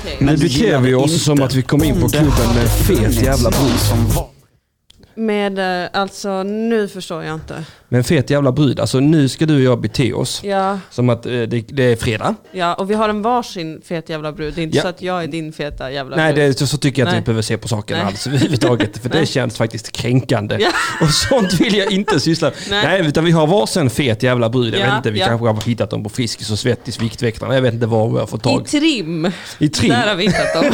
Nu beter vi oss som att vi kom in på klubben med en fet jävla brud. Med, alltså nu förstår jag inte. Med en fet jävla brud, alltså nu ska du och jag bete oss. Ja. Som att det är fredag. Ja, och vi har en varsin fet jävla brud. Det är inte så att jag är din feta jävla brud. Nej, det är så tycker jag att vi behöver se på saken alls överhuvudtaget. För det känns faktiskt kränkande. Ja. Och sånt vill jag inte syssla med. Nej, utan vi har varsin fet jävla brud. Jag vet inte, vi kanske har hittat dem på Friskis och Svettis Viktväktarna. Jag vet inte var vi har fått tag. I trim. Där har vi hittat dem.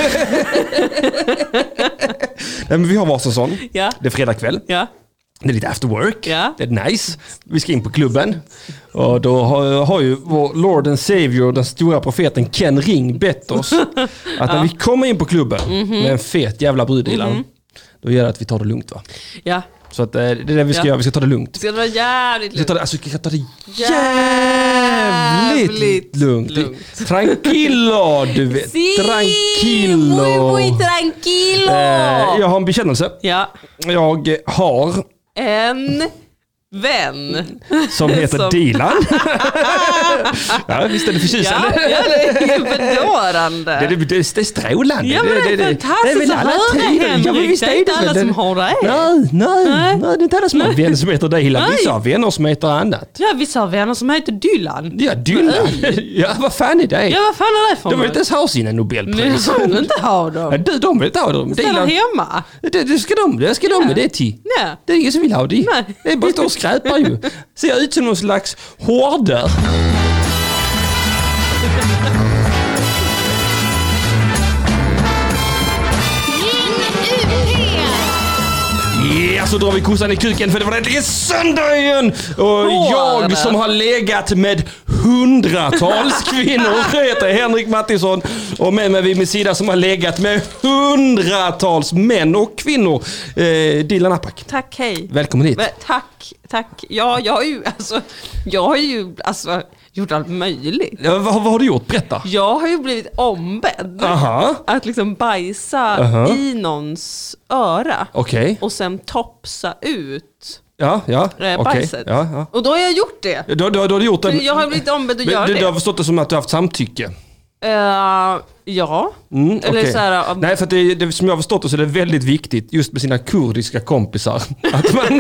Nej, men vi har varsin sån. Ja. Det är fredag kväll. Ja. Det är lite after work. Ja. Det är nice. Vi ska in på klubben. Och då har ju vår Lord and Savior, den stora profeten Ken Ring, bett oss att när vi kommer in på klubben med en fet jävla bruddilan, då gör det att vi tar det lugnt, va? Ja. Så att det är det vi ska göra. Vi ska ta det lugnt. Vi ska ta det jävligt lugnt. Vi ska ta det jävligt lugnt. Tranquilo, du vet. Tranquilo. Muy tranquilo. Jag har en bekännelse. Ja. Jag har en vän som heter Dilan. Ja, visst är det förtjusande. Ja, det är bedårande. Det är strålande. Ja, men det är fantastiskt att höra, Henrik. Ja, visst, det är inte alla som har det. Nej, det är inte alla som har vänner som heter Dilan. Vissa har vänner som heter annat. Ja, vissa har vänner som heter Dylan. Ja, Dylan. Ja, vad fan är det? Ja, vad fan är det för de vill inte ens ha sina Nobelpris. De vill inte ha dem. Ja, de vill inte ha dem. Stanna hemma. Det ska de med det till. Ja. Det är ingen som vill ha det. Nej. Det är bara att skräpar ju. Ser ut som någon slags hårdar. Ja, så drar vi kossan i kuken för det var det är söndag igen. Och jag som har legat med hundratals kvinnor heter Henrik Mattisson. Och med mig vid min sida som har legat med hundratals män och kvinnor, Dilan Apak. Tack, hej. Välkommen hit. Tack. Ja, jag har ju gjort allt möjligt. Ja, vad har du gjort? Berätta. Jag har ju blivit ombedd att liksom bajsa i någons öra. Okay. Och sen topsa ut bajset. Ja. Och då har jag gjort det. Då har du gjort det. Jag har blivit ombedd att göra det. Du har förstått det som att du har haft samtycke. Ja. Eller så här, nej, för att det som jag har förstått det så är det väldigt viktigt just med sina kurdiska kompisar att man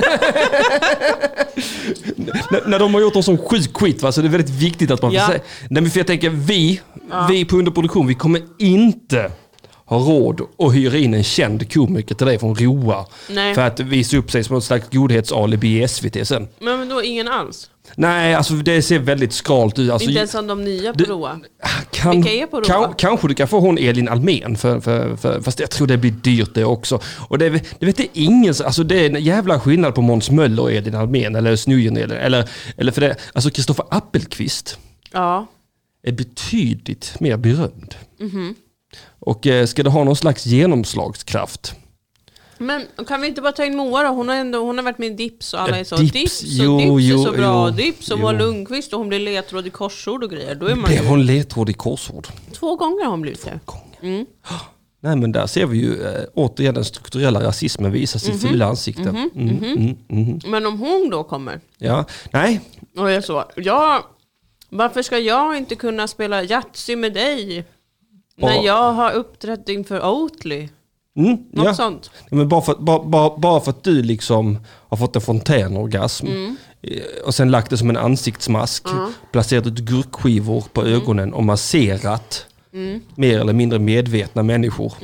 när de har gjort någon sån sjuk skit, va, så det är väldigt viktigt att man får säga. Nej, för jag tänker vi på underproduktion, vi kommer inte ha råd att hyra in en känd komiker till dig från Roa. Nej. För att visa upp sig som ett slags godhetsalibi i SVT sen. Men då ingen alls? Nej, alltså det ser väldigt skralt ut. Alltså, inte ens som de nya på Roa. Vilka är på Roa? Kanske du kan få hon Elin Almen fast jag tror det blir dyrt det också. Och det vet det ingen, alltså det är en jävla skillnad på Måns Möller och Elin Almen eller Snujen eller för det, alltså Kristoffer Appelqvist. Ja. Är betydligt mer berömd. Och ska det ha någon slags genomslagskraft? Men kan vi inte bara ta in Moa då? Hon har varit med i Dips och alla är så Dips är så bra. Dips och Moa Lundqvist och hon blir ledtråd i korsord och grejer. Då är man blev hon ledtråd i korsord? 2 gånger har hon blivit det. Nej, men där ser vi ju återigen den strukturella rasismen visa sitt fula ansikte. Men om hon då kommer? Ja, nej. Och jag så, varför ska jag inte kunna spela Yatzy med dig? När jag har uppträtt inför Oatly. Något sånt. Men bara för att du liksom har fått en fontänorgasm och sen lagt det som en ansiktsmask, placerat ut gurkskivor på ögonen och masserat mer eller mindre medvetna människor.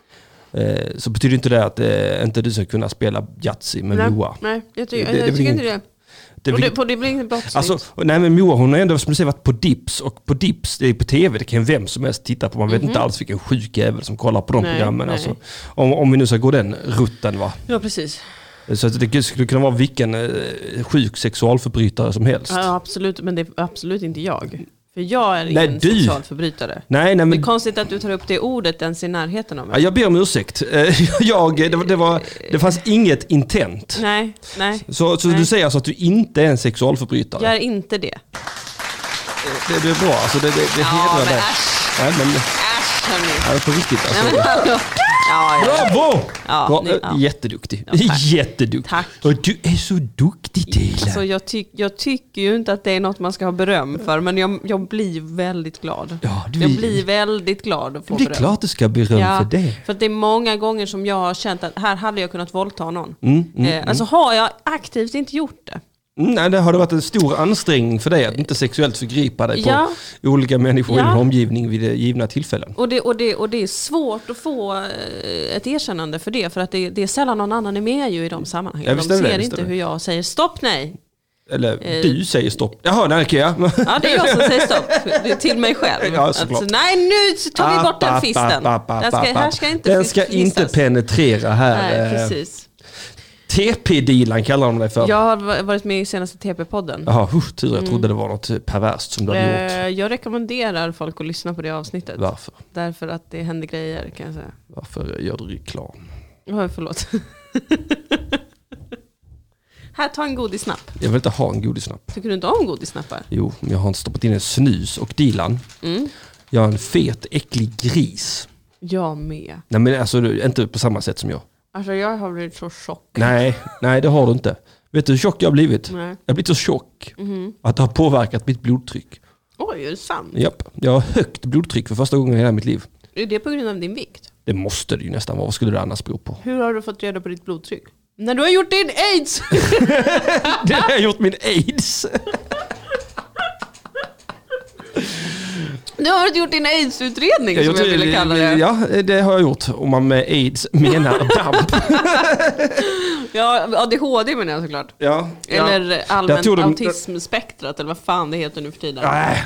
Så betyder inte det att inte du ska kunna spela Yatzy med Moa. Nej, jag tycker inte det. Det blir inte brottsligt. Alltså, nej, men Moa, hon har ändå som du säger varit på Dips, och på Dips, det är på tv, det kan vem som helst titta på. Man vet inte alls vilken sjuk jävel som kollar på de programmen. Nej. Alltså, om vi nu ska gå den rutten, va? Ja, precis. Så att det skulle kunna vara vilken sjuk sexualförbrytare som helst. Ja, absolut, men det är absolut inte jag. För jag är ingen sexualförbrytare. Nej, men... Det är konstigt att du tar upp det ordet ens i närheten av mig. Ja, jag ber om ursäkt. Det fanns inget intent. Nej. Så du säger alltså att du inte är en sexualförbrytare? Jag är inte det. Det är bra. Alltså det hedrar dig. Äsch, hörni. Ja, på riktigt. Alltså. Bravo! Ja, jätteduktig. Jätteduktig. Tack. Och du är så duktig, Dilan. Så jag tycker ju inte att det är något man ska ha beröm för, men jag blir väldigt glad. Ja, jag blir väldigt glad att få beröm. Det är klart du ska beröm för det. För att det är många gånger som jag har känt att här hade jag kunnat våldta någon. Alltså har jag aktivt inte gjort det. Nej, det har varit en stor ansträngning för dig att inte sexuellt förgripa dig på olika människor i din omgivning vid givna tillfällen. Och det är svårt att få ett erkännande för det, för att det är sällan någon annan är med ju i de sammanhangen. De ser inte hur jag säger stopp, nej. Eller du säger stopp. Jaha, nej, okej. Ja, det är jag som säger stopp. Det är till mig själv. Ja, alltså, nej, nu tar vi bort den fisten. Den ska inte penetrera här. Nej, precis. TP-Dilan kallar de dig för. Jag har varit med i senaste TP-podden. Jaha, tur. Jag trodde det var något perverst som du hade gjort. Jag rekommenderar folk att lyssna på det avsnittet. Varför? Därför att det händer grejer, kan jag säga. Varför gör du reklam? Förlåt. Här, ta en godisnapp. Jag vill inte ha en godisnapp. Tycker du inte om godisnappar? Jo, men jag har inte stoppat in en snus. Och Dilan, jag är en fet, äcklig gris. Jag med. Nej, men alltså inte på samma sätt som jag. Alltså jag har blivit så tjock. Nej, det har du inte. Vet du hur tjock jag har blivit? Nej. Jag har blivit så tjock att det har påverkat mitt blodtryck. Oj, är det sant? Japp, jag har högt blodtryck för första gången i hela mitt liv. Är det på grund av din vikt? Det måste det ju nästan vara. Vad skulle det annars bero på? Hur har du fått reda på ditt blodtryck? När du har gjort din AIDS! Det har jag gjort min AIDS. Du har gjort din AIDS-utredning som jag ville kalla det. Ja, det har jag gjort. Om man med AIDS menar damp. Ja, ADHD menar jag såklart. Ja, eller allmänt autismspektrat, eller vad fan det heter nu för tiden.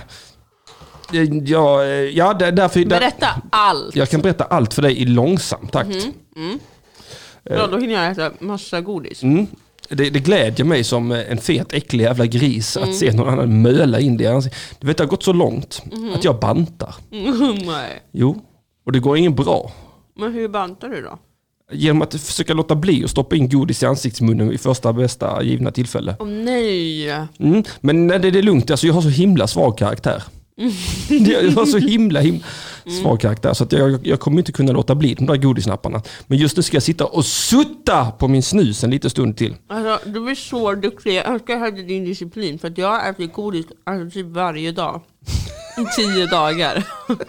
Därför... Berätta allt. Jag kan berätta allt för dig i långsam takt. Ja, då hinner jag äta massa godis. Det glädjer mig som en fet, äcklig jävla gris att se någon annan möla in det. Du vet, det har gått så långt att jag bantar. Nej. Jo, och det går ingen bra. Men hur bantar du då? Genom att försöka låta bli och stoppa in godis i ansiktsmunnen i första bästa givna tillfälle. Nej. Men det är lugnt, alltså jag har så himla svag karaktär. Jag har så himla svag karaktär så att jag kommer inte kunna låta bli de där godisnapparna. Men just nu ska jag sitta och sutta på min snus en liten stund till. Alltså, du är så duktig. Jag önskar jag hade din disciplin, för att jag äter godis typ varje dag i 10 dagar.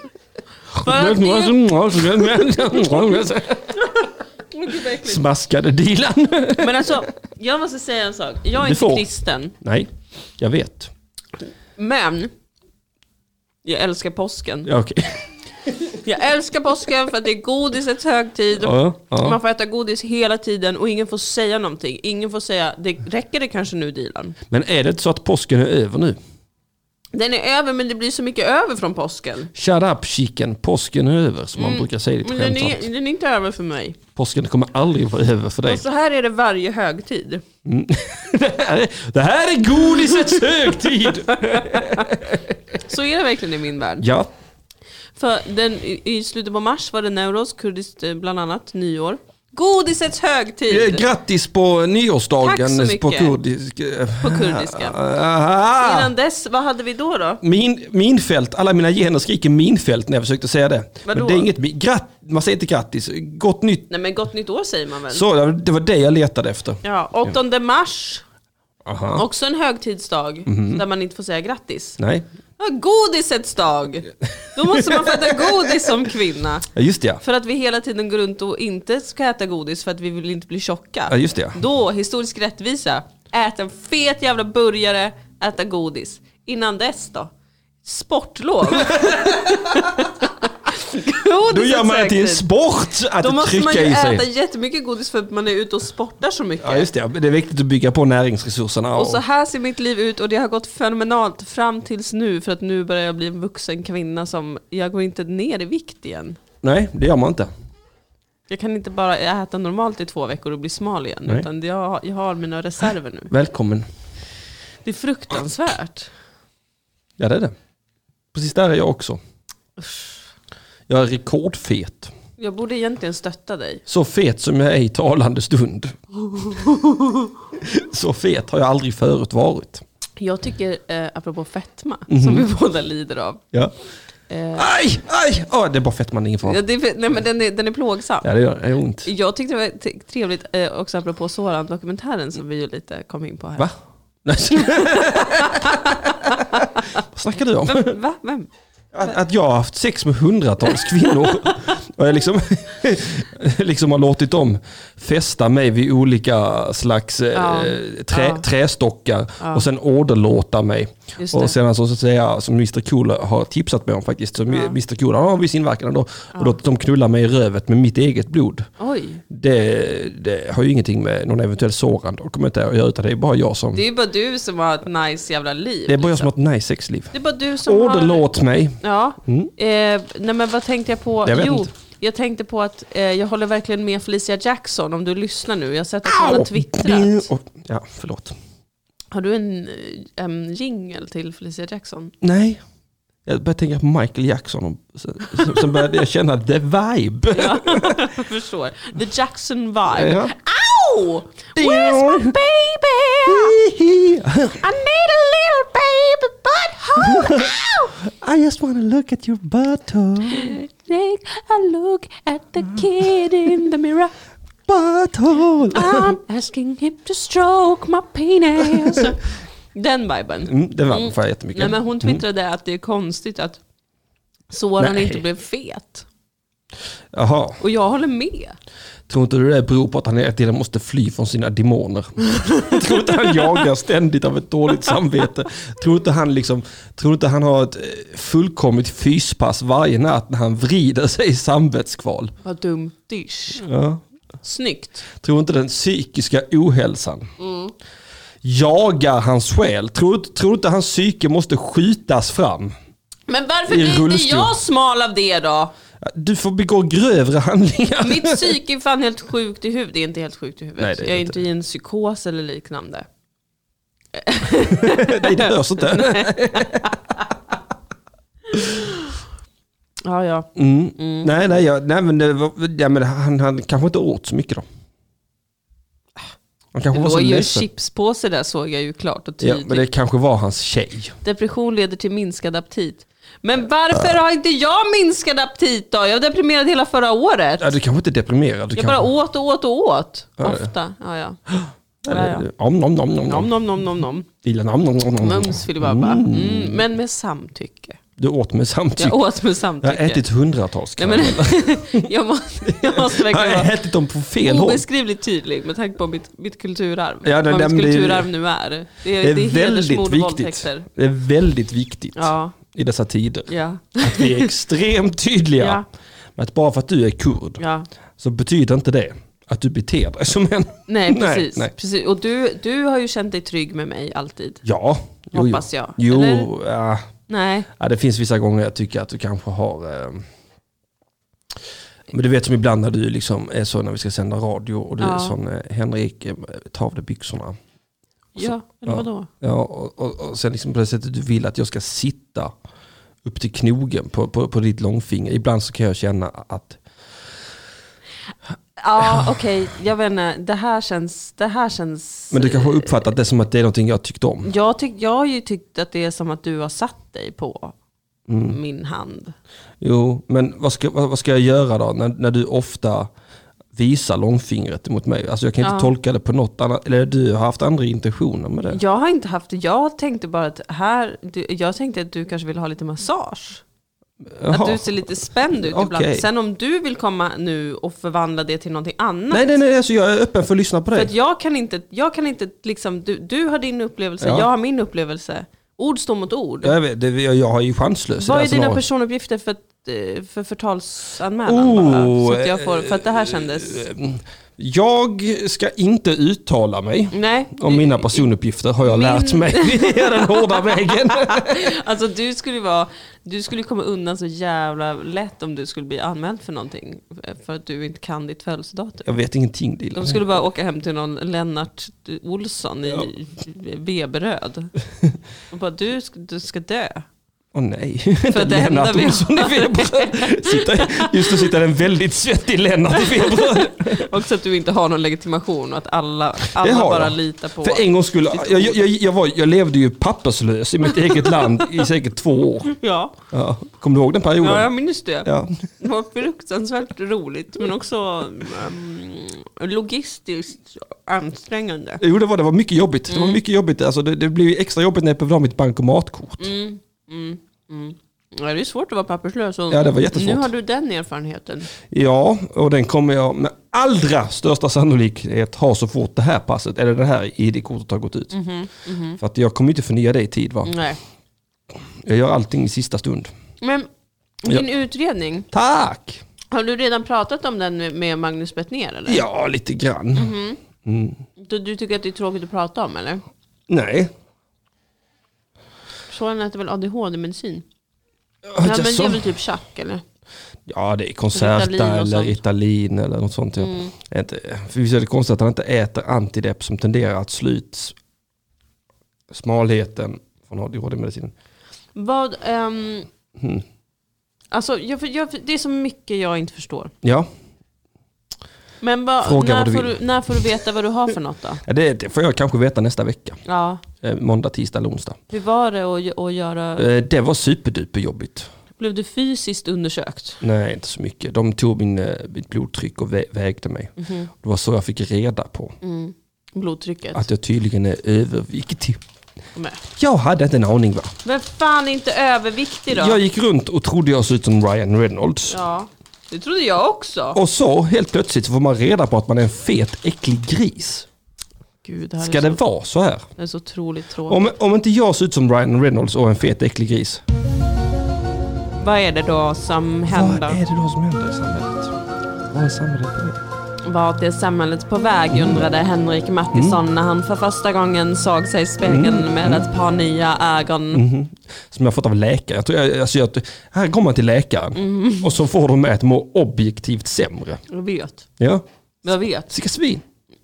Smaskade Dilan. Men alltså, jag måste säga en sak. Jag är inte kristen. Nej, jag vet. Men jag älskar påsken. Ja, okay. Jag älskar påsken för att det är godisets högtid. Man får äta godis hela tiden och ingen får säga någonting. Ingen får säga, räcker det kanske nu, Dilan? Men är det inte så att påsken är över nu? Den är över, men det blir så mycket över från påsken. Shut up, chicken. Påsken är över, som man brukar säga lite skämtsamt. Men den är inte över för mig. Påsken kommer aldrig vara över för dig. Och så här är det varje högtid. Det här är godisets högtid. Så är det verkligen i min värld. Ja. För i slutet på mars var det Newroz, kurdiskt bland annat, nyår. Godisets högtid. Grattis på nyårsdagen. Tack så mycket. På kurdiska. Innan dess, vad hade vi då? Minfält. Alla mina gener skriker minfält när jag försökte säga det. Vadå? Men det är inget man säger inte grattis. Gott nytt. Nej, men gott nytt år säger man väl? Så, det var det jag letade efter. Ja, 8 mars. Aha. Också en högtidsdag där man inte får säga grattis. Nej. Godisets dag. Då måste man få äta godis som kvinna. Ja, just det. För att vi hela tiden går runt och inte ska äta godis för att vi vill inte bli tjocka. Ja, just det. Då, historisk rättvisa. Äta en fet jävla burgare, äta godis. Innan dess då? Sportlov. Då gör man det till en sport att då måste man ju äta jättemycket godis för att man är ute och sportar så mycket. Ja, just det. Det är viktigt att bygga på näringsresurserna. Och så här ser mitt liv ut och det har gått fenomenalt fram tills nu, för att nu börjar jag bli en vuxen kvinna som, jag går inte ner i vikt igen. Nej, det gör man inte. Jag kan inte bara äta normalt i 2 veckor och bli smal igen. Nej. Utan jag har mina reserver nu. Välkommen. Det är fruktansvärt. Ja, det är det. Precis där är jag också. Jag är rekordfet. Jag borde egentligen stötta dig. Så fet som jag är i talande stund. Så fet har jag aldrig förut varit. Jag tycker, apropå fetma, som vi båda lider av. Ja. Aj! Det är bara fett man ingen fara. Nej, men den är plågsam. Ja, det gör ont. Jag tyckte det var trevligt också apropå Soran-dokumentären som vi ju lite kom in på här. Va? Vad snackar du om? Vem? Att jag har haft sex med hundratals kvinnor och jag liksom har låtit dem fästa mig vid olika slags trästockar och sen åderlåta mig. Och sen alltså, så att säga, som Mr. Cool har tipsat mig om faktiskt. Så Mr. Cool har viss inverkan då. Och låtit dem knulla mig i rövet med mitt eget blod. Oj. Det har ju ingenting med någon eventuell sårande att göra, utan det är bara jag som... Det är bara du som har ett nice jävla liv. Det är bara jag som har ett nice sexliv. Det är bara du som åderlåt mig. Ja. Nej, men vad tänkte jag på? Jag tänkte på att jag håller verkligen med Felicia Jackson om du lyssnar nu. Jag har sett att hon har twittrat. Ja, förlåt. Har du en jingle till Felicia Jackson? Nej. Jag började tänka på Michael Jackson. Sen började jag känna the vibe. Ja, jag förstår. The Jackson vibe. Ja. Ow! Where's my baby? I need a little baby butthole. I just want to look at your butthole. Take a look at the kid in the mirror. Butthole. I'm asking him to stroke my penis. Den viben. Den var för jättemycket. Nej, men hon twittrade att det är konstigt att Soran inte blev fet. Jaha. Och jag håller med. Tror inte det beror på att han hela tiden måste fly från sina demoner? Tror inte han jagar ständigt av ett dåligt samvete? Tror inte han har ett fullkomligt fyspass varje natt när han vrider sig i samvetskval? Vad dumt dysch. Ja. Snyggt. Tror inte den psykiska ohälsan jagar hans själ? Tror inte hans psyke måste skjutas fram? Men varför blir inte jag smal av det då? Du får begå grövre handlingar. Mitt psyke är fan helt sjukt i huvudet. Det är inte helt sjukt i huvudet. Nej, jag är inte i en psykos eller liknande. Nej, det hörs inte. Ja. Nej, men han kanske inte åt så mycket då. Det var ju en chipspåse där, såg jag ju klart och tydligt. Ja, men det kanske var hans tjej. Depression leder till minskad aptit. Men varför har inte jag minskad aptit då? Jag var deprimerad hela förra året. Ja, du kanske inte är deprimerad. Jag bara åt. Ofta. Ja. Nom. Mums filibabba. Men med samtycke. Du åt med samtycke. Jag åt med samtycke. Jag har ätit hundratals karameller. Jag måste verkligen jag har ätit dem på fel håll. Obeskrivligt tydlig med tanke på mitt kulturarv. Ja, vad mitt kulturarv nu är. Det är väldigt viktigt. Det är väldigt viktigt i dessa tider. Ja. Att vi är extremt tydliga. Men att bara för att du är kurd så betyder inte det att du beter dig som en. Nej, precis. Och du har ju känt dig trygg med mig alltid. Ja. Hoppas jag. Nej. Ja, det finns vissa gånger jag tycker att du kanske har... Men du vet som ibland när du liksom är så när vi ska sända radio och du är sån Henrik, ta av dig byxorna. Ja, eller vadå? Ja, och sen liksom på det sättet du vill att jag ska sitta upp till knogen på ditt långfinger. Ibland så kan jag känna att... Ja, okej. Jag vet inte. Det här känns... Men du kanske har uppfattat det som att det är någonting jag tyckte om. Jag har ju tyckt att det är som att du har satt dig på min hand. Jo, men vad ska jag göra då när du ofta visar långfingret mot mig? Alltså jag kan inte tolka det på något annat. Eller du har haft andra intentioner med det? Jag har inte haft det. Jag tänkte bara att jag tänkte att du kanske vill ha lite massage. Jaha. Att du ser lite spänd ut ibland. Sen om du vill komma nu och förvandla det till någonting annat. Nej, alltså jag är öppen för att lyssna på dig. För att jag kan inte liksom, du har din upplevelse, jag har min upplevelse. Ord står mot ord. Jag vet, jag har ju chanslös. Vad är dina personuppgifter för förtalsanmälan? Så att jag får, för att det här kändes... Jag ska inte uttala mig om mina personuppgifter, har jag lärt mig via den hårda vägen. Alltså du skulle komma undan så jävla lätt om du skulle bli anmäld för någonting för att du inte kan ditt födelsedatum. Jag vet ingenting. Dilan. De skulle bara åka hem till någon Lennart Olsson i Veberöd och bara du ska dö. Nej, för Lennart Olsson i februari. Just sitter en väldigt svettig Lennart i februari. Också att du inte har någon legitimation och att alla bara litar på... För en gång skulle... Jag levde ju papperslös i mitt eget land i säkert 2 år. Ja. Kommer du ihåg den perioden? Ja, jag minns det. Ja. Det var fruktansvärt roligt, men också logistiskt ansträngande. Jo, det var mycket jobbigt. Det var mycket jobbigt. Alltså, det blev extra jobbigt när jag behövde ha mitt bankomatkort. Ja, det är svårt att vara papperslös. Ja, det var jättesvårt. Nu har du den erfarenheten. Ja, och den kommer jag med allra största sannolikhet ha så fort det här passet, eller det här ID-kortet har gått ut. För att jag kommer inte förnya det i tid, va? Nej. Jag gör allting i sista stund. Men din utredning. Tack! Har du redan pratat om den med Magnus Bettner, eller? Ja, lite grann. Du tycker att det är tråkigt att prata om, eller? Nej. Så han äter väl ADHD-medicin? Ja, men det är väl typ chack, eller? Ja, det är Concerta eller Ritalin eller något sånt. För visst är det konstigt att han inte äter antidepp som tenderar att slut smalheten från ADHD-medicinen. Vad... Alltså, det är så mycket jag inte förstår. Ja. Men när får du veta vad du har för något då? Ja, det får jag kanske veta nästa vecka. Ja. Måndag, tisdag eller onsdag. Hur var det att göra? Det var superduper jobbigt. Blev du fysiskt undersökt? Nej, inte så mycket. De tog mitt blodtryck och vägde mig. Det var så jag fick reda på. Blodtrycket? Att jag tydligen är överviktig. Jag hade inte en aning, va? Men fan, inte överviktig då? Jag gick runt och trodde jag såg ut som Ryan Reynolds. Ja, det trodde jag också. Och så helt plötsligt så får man reda på att man är en fet, äcklig gris. Gud, det här ska det vara så här? Det är så otroligt tråkigt. Om inte jag ser ut som Ryan Reynolds och en fet, äcklig gris. Vad är det då som händer? Vad är det då som händer i samhället? Vad är samhället på väg? Vart är samhället på väg, undrade Henrik Mattisson när han för första gången såg sig i spegeln med ett par nya ögon. Som jag fått av läkare. Här kommer man till läkaren och så får de med att må objektivt sämre. Jag vet. Ja. Jag vet. Vilka svin.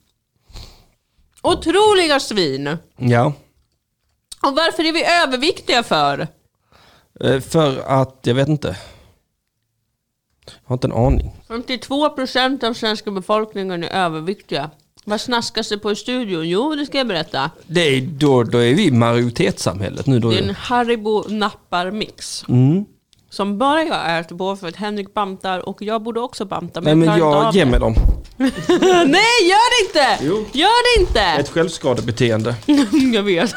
Otroliga svin. Ja. Och varför är vi överviktiga för? För att, jag vet inte. Jag har inte en aning. 52% av svenska befolkningen är överviktiga. Vad snaskas det på i studion? Jo, det ska jag berätta. Det är då är vi majoritetssamhället nu. Då det är en Haribo nappar-mix. Som bara jag äter på för att Henrik bantar och jag borde också banta. Men jag ger mig dem. Nej, gör det inte! Jo. Gör det inte! Ett självskadebeteende. Jag vet.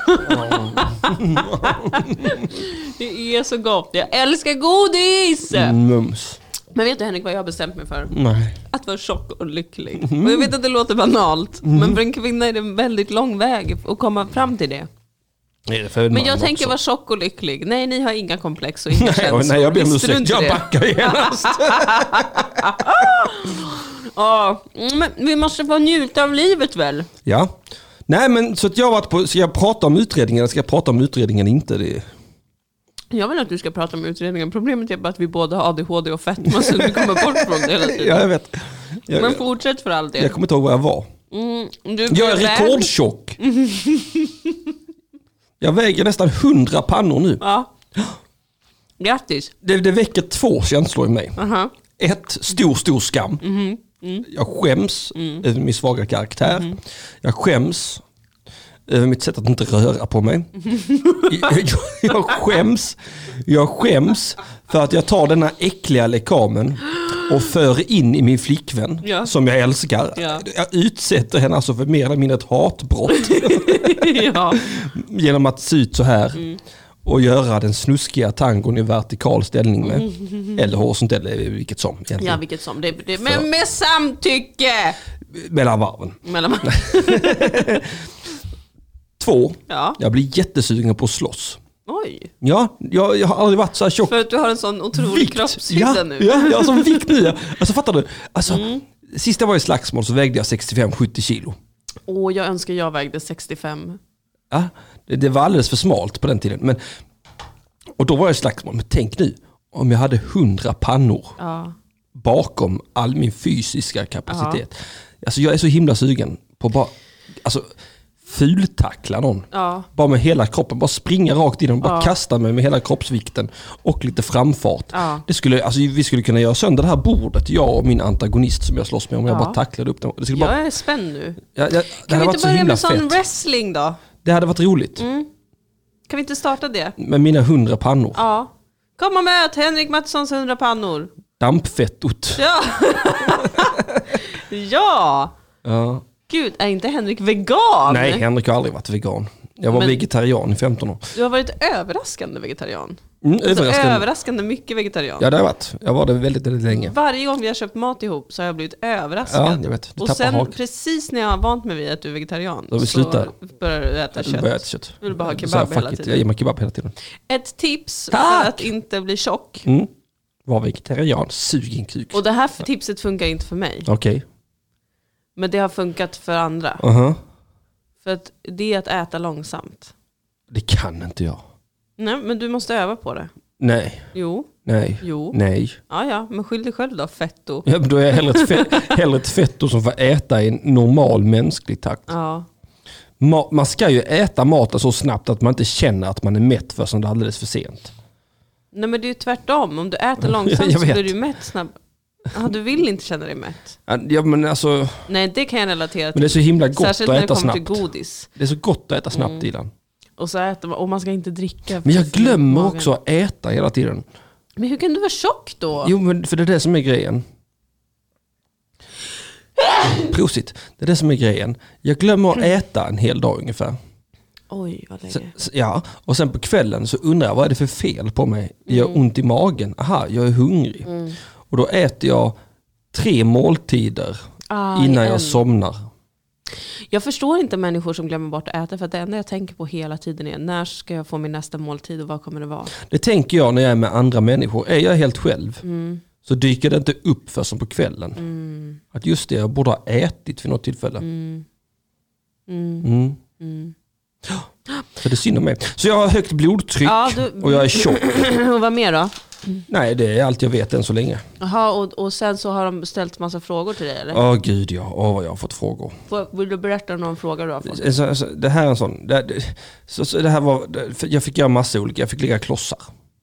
Det är så gott. Jag älskar godis! Mums. Men vet du, Henrik, vad jag har bestämt mig för? Nej. Att vara tjock och lycklig. Och jag vet att det låter banalt. Men för en kvinna är det en väldigt lång väg att komma fram till det. Men jag tänker vara tjock och lycklig. Nej, ni har inga komplex och inga känslor. Nej, jag ber om ursäkt. Jag backar genast. Ja, men vi måste få njuta av livet väl? Ja. Nej, men så att jag har varit på... Ska jag prata om utredningen eller ska jag prata om utredningen inte? Det... Jag vill att du ska prata om utredningen. Problemet är bara att vi båda har ADHD och fetma så vi kommer bort från det hela tiden. Ja, jag vet. Men fortsätt för all del. Jag kommer inte ihåg vad jag var. Jag är rekordtjock. Jag väger nästan 100 pannor nu. Ja. Grattis. Det väcker 2 känslor i mig. Ett, stor skam. Jag skäms över min svaga karaktär. Jag skäms över mitt sätt att inte röra på mig. Jag skäms för att jag tar denna äckliga lekamen och för in i min flickvän som jag älskar. Ja. Jag utsätter henne alltså för mer eller mindre ett hatbrott. Genom att se ut så här och göra den snuskiga tangon i vertikal ställning med. Eller horisontellt, eller vilket som. Egentligen. Ja, vilket som. Men med samtycke! Mellan varven. 2. Jag blir jättesugen på att slåss. Oj. Ja, jag har aldrig varit så här tjock. För att du har en sån otrolig kroppshydda nu. Ja, jag har sån vikt nu. Alltså fattar du? Alltså, sist jag var i slagsmål så vägde jag 65-70 kilo. Jag önskar jag vägde 65. Ja, det var alldeles för smalt på den tiden. Och då var jag i slagsmål. Men tänk nu, om jag hade 100 pannor bakom all min fysiska kapacitet. Alltså jag är så himla sugen på bara... Alltså, fultackla någon. Ja. Bara med hela kroppen. Bara springa rakt in och bara kasta mig med hela kroppsvikten. Och lite framfart. Ja. Vi skulle kunna göra sönder det här bordet. Jag och min antagonist som jag slåss med. Om jag bara tacklade upp den. Jag är spänd nu. Kan vi inte börja med sån wrestling då? Det hade varit roligt. Kan vi inte starta det? Med mina 100 pannor. Ja. Kom och möt Henrik Mattssons 100 pannor. Dampfettot. Ja. Ja. Gud, är inte Henrik vegan? Nej, Henrik har aldrig varit vegan. Jag var vegetarian i 15 år. Du har varit överraskande vegetarian. Överraskande mycket vegetarian. Ja, det har jag varit. Jag var det väldigt, väldigt länge. Varje gång vi har köpt mat ihop så har jag blivit överraskad. Ja, jag vet. Och sen precis när jag har vant mig vid att du är vegetarian så börjar du äta kött. Du vill bara ha kebab hela tiden. Jag ger mig kebab hela tiden. Ett tips för att inte bli tjock. Var vegetarian, sug en kuk. Och det här tipset funkar inte för mig. Okej. Men det har funkat för andra. För att det är att äta långsamt. Det kan inte jag. Nej, men du måste öva på det. Nej. Jo. Nej. Jo. Nej. Ja, men skyll dig själv då, fetto. Ja, men då är jag hellre ett fetto som får äta i en normal mänsklig takt. Ja. Man ska ju äta maten så snabbt att man inte känner att man är mätt förrän det är alldeles för sent. Nej, men det är ju tvärtom. Om du äter långsamt så blir du mätt snabbt. Du vill inte känna dig mätt. Ja, men alltså... Nej, det kan jag relatera till. Men det är så himla gott att äta snabbt. Särskilt när det kommer till godis. Det är så gott att äta snabbt, Dilan. Och så äter man, och man ska inte dricka. Men jag glömmer också att äta hela tiden. Men hur kan du vara tjock då? Jo, men för det är det som är grejen. Prosit. Det är det som är grejen. Jag glömmer att äta en hel dag ungefär. Oj, vad länge. Ja, och sen på kvällen så undrar jag, vad är det för fel på mig? Det gör ont i magen. Aha, jag är hungrig. Och då äter jag 3 måltider innan jag somnar. Jag förstår inte människor som glömmer bort att äta, för att det enda jag tänker på hela tiden är när ska jag få min nästa måltid och vad kommer det vara? Det tänker jag när jag är med andra människor. Är jag helt själv så dyker det inte upp för som på kvällen. Att just det, jag borde ha ätit vid något tillfälle. Så det är synd om mig. Så jag har högt blodtryck och jag är tjock. Och vad mer då? Nej, det är allt jag vet än så länge. Jaha, och sen så har de ställt massa frågor till dig, eller? Gud ja, vad jag har fått frågor. Vill du berätta någon fråga du har fått? Det här är en sån. Det här var, jag fick göra massa olika, jag fick lägga klossar.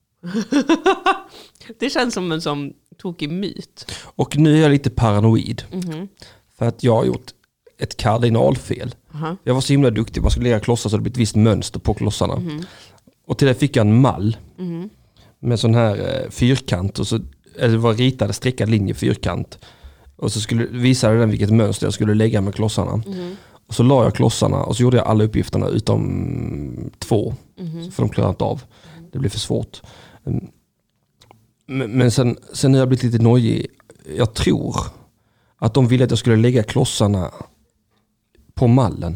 Det känns som en sån tokig myt. Och nu är jag lite paranoid. För att jag har gjort ett kardinalfel. Jag var så himla duktig, man skulle lägga klossar så det blir ett visst mönster på klossarna. Och till det fick jag en mall. Med sån här fyrkant och så det var ritade streckad linje fyrkant och så visade den vilket mönster jag skulle lägga med klossarna. Och så la jag klossarna och så gjorde jag alla uppgifterna utom 2 för de klarade inte av. Det blev för svårt. Men sen har jag blivit lite nojig. Jag tror att de ville att jag skulle lägga klossarna på mallen.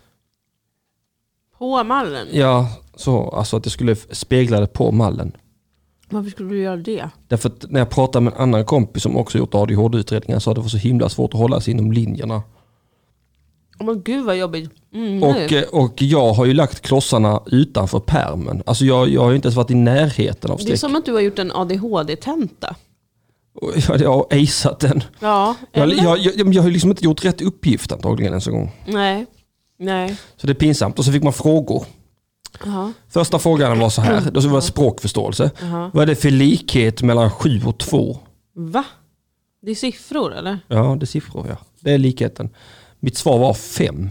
På mallen? Ja, så alltså att jag skulle spegla det på mallen. Varför skulle du göra det? Därför att när jag pratade med en annan kompis som också gjort ADHD-utredningar så det var så himla svårt att hålla sig inom linjerna. Men gud vad jobbigt. Och jag har ju lagt klossarna utanför pärmen. Alltså jag har ju inte ens varit i närheten av streck. Det är som att du har gjort en ADHD-tenta. Jag har aceat den. Ja, jag har ju liksom inte gjort rätt uppgift antagligen ens en gång. Nej. Så det är pinsamt. Och så fick man frågor. Första frågan var så här. Det var språkförståelse. Vad är det för likhet mellan 7 och 2? Va? Det är siffror eller? Ja, det är siffror, ja. Det är likheten. Mitt svar var 5.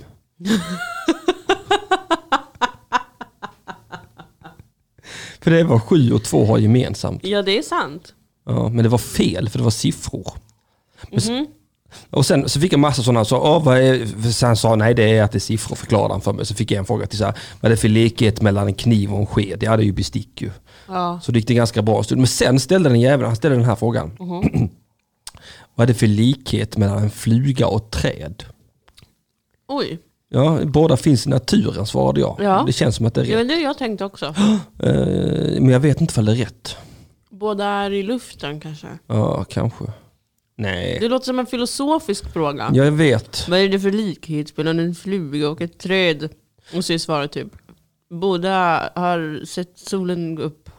För det var 7 och 2 har gemensamt. Ja, det är sant. Ja, men det var fel för det var siffror. Och sen så fick jag massa sådana, sen sa nej det är att det är siffror, förklarade han för mig. Så fick jag en fråga till så här, vad är det för likhet mellan en kniv och en sked? Ja, det är ju bestick ju. Ja. Så det gick det ganska bra stund. Men sen ställde han ställde den här frågan. Vad är det för likhet mellan en fluga och ett träd? Oj. Ja, båda finns i naturen, svarade jag. Ja. Det känns som att det är rätt. Ja, det jag tänkte också. Men jag vet inte om det är rätt. Båda är i luften kanske. Ja, kanske. Nej. Det låter som en filosofisk fråga. Jag vet. Vad är det för likhet mellan en fluga och ett träd? Och så är svaret typ, båda har sett solen gå upp.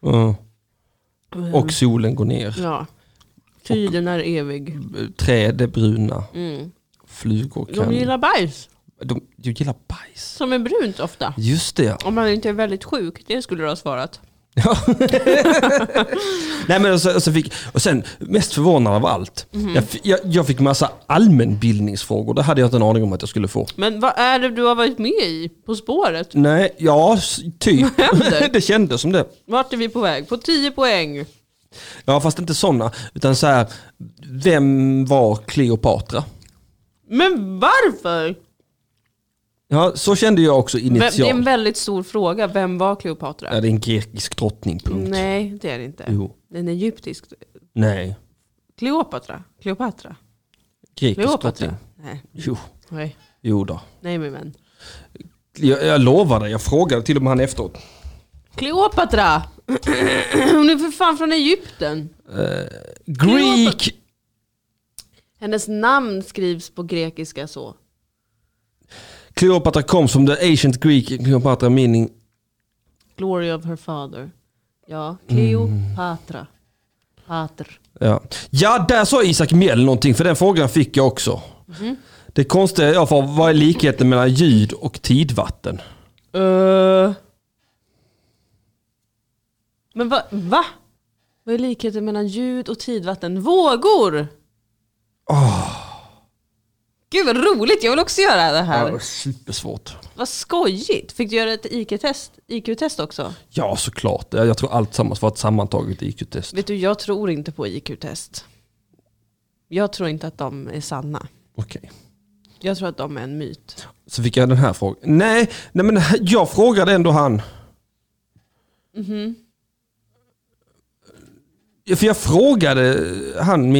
Och solen går ner. Ja. Tiden är evig. Träd är bruna. Flugor kan... De gillar bajs. De gillar bajs. Som är brunt ofta. Just det. Om man inte är väldigt sjuk, det skulle du ha svarat. Ja. Nej, men och sen mest förvånad av allt. Jag fick massa allmänbildningsfrågor. Det hade jag inte en aning om att jag skulle få. Men vad är det du har varit med i På spåret? Nej, typ. Det kändes som det. Vart är vi på väg? På 10 poäng. Ja, fast inte sådana. Utan så här, vem var Kleopatra? Men varför? Ja, så kände jag också initialt. Det är en väldigt stor fråga. Vem var Kleopatra? Ja, det är en grekisk drottning, punkt. Nej, det är det inte. Jo. Den är egyptisk. Nej. Kleopatra. Grekisk drottning. Nej. Jo. Nej. Jo då. Nej, min vän. Jag lovar dig, jag frågade till och med han efteråt. Kleopatra! Hon är för fan från Egypten. Greek. Hennes namn skrivs på grekiska så. Kleopatra comes from the ancient Greek Kleopatra meaning glory of her father. Ja, Kleopatra. Pater. Ja, där sa Isak Mjell någonting, för den frågan fick jag också. Det konstiga är vad är likheten mellan ljud och tidvatten? Men va? Vad är likheten mellan ljud och tidvatten? Vågor! Gud vad roligt, jag vill också göra det här. Ja, supersvårt. Vad skojigt. Fick du göra ett IQ-test också? Ja, såklart. Jag tror allt sammans var ett sammantaget IQ-test. Vet du, jag tror inte på IQ-test. Jag tror inte att de är sanna. Okej. Jag tror att de är en myt. Så fick jag den här frågan. Nej, men jag frågade ändå han. För jag frågade han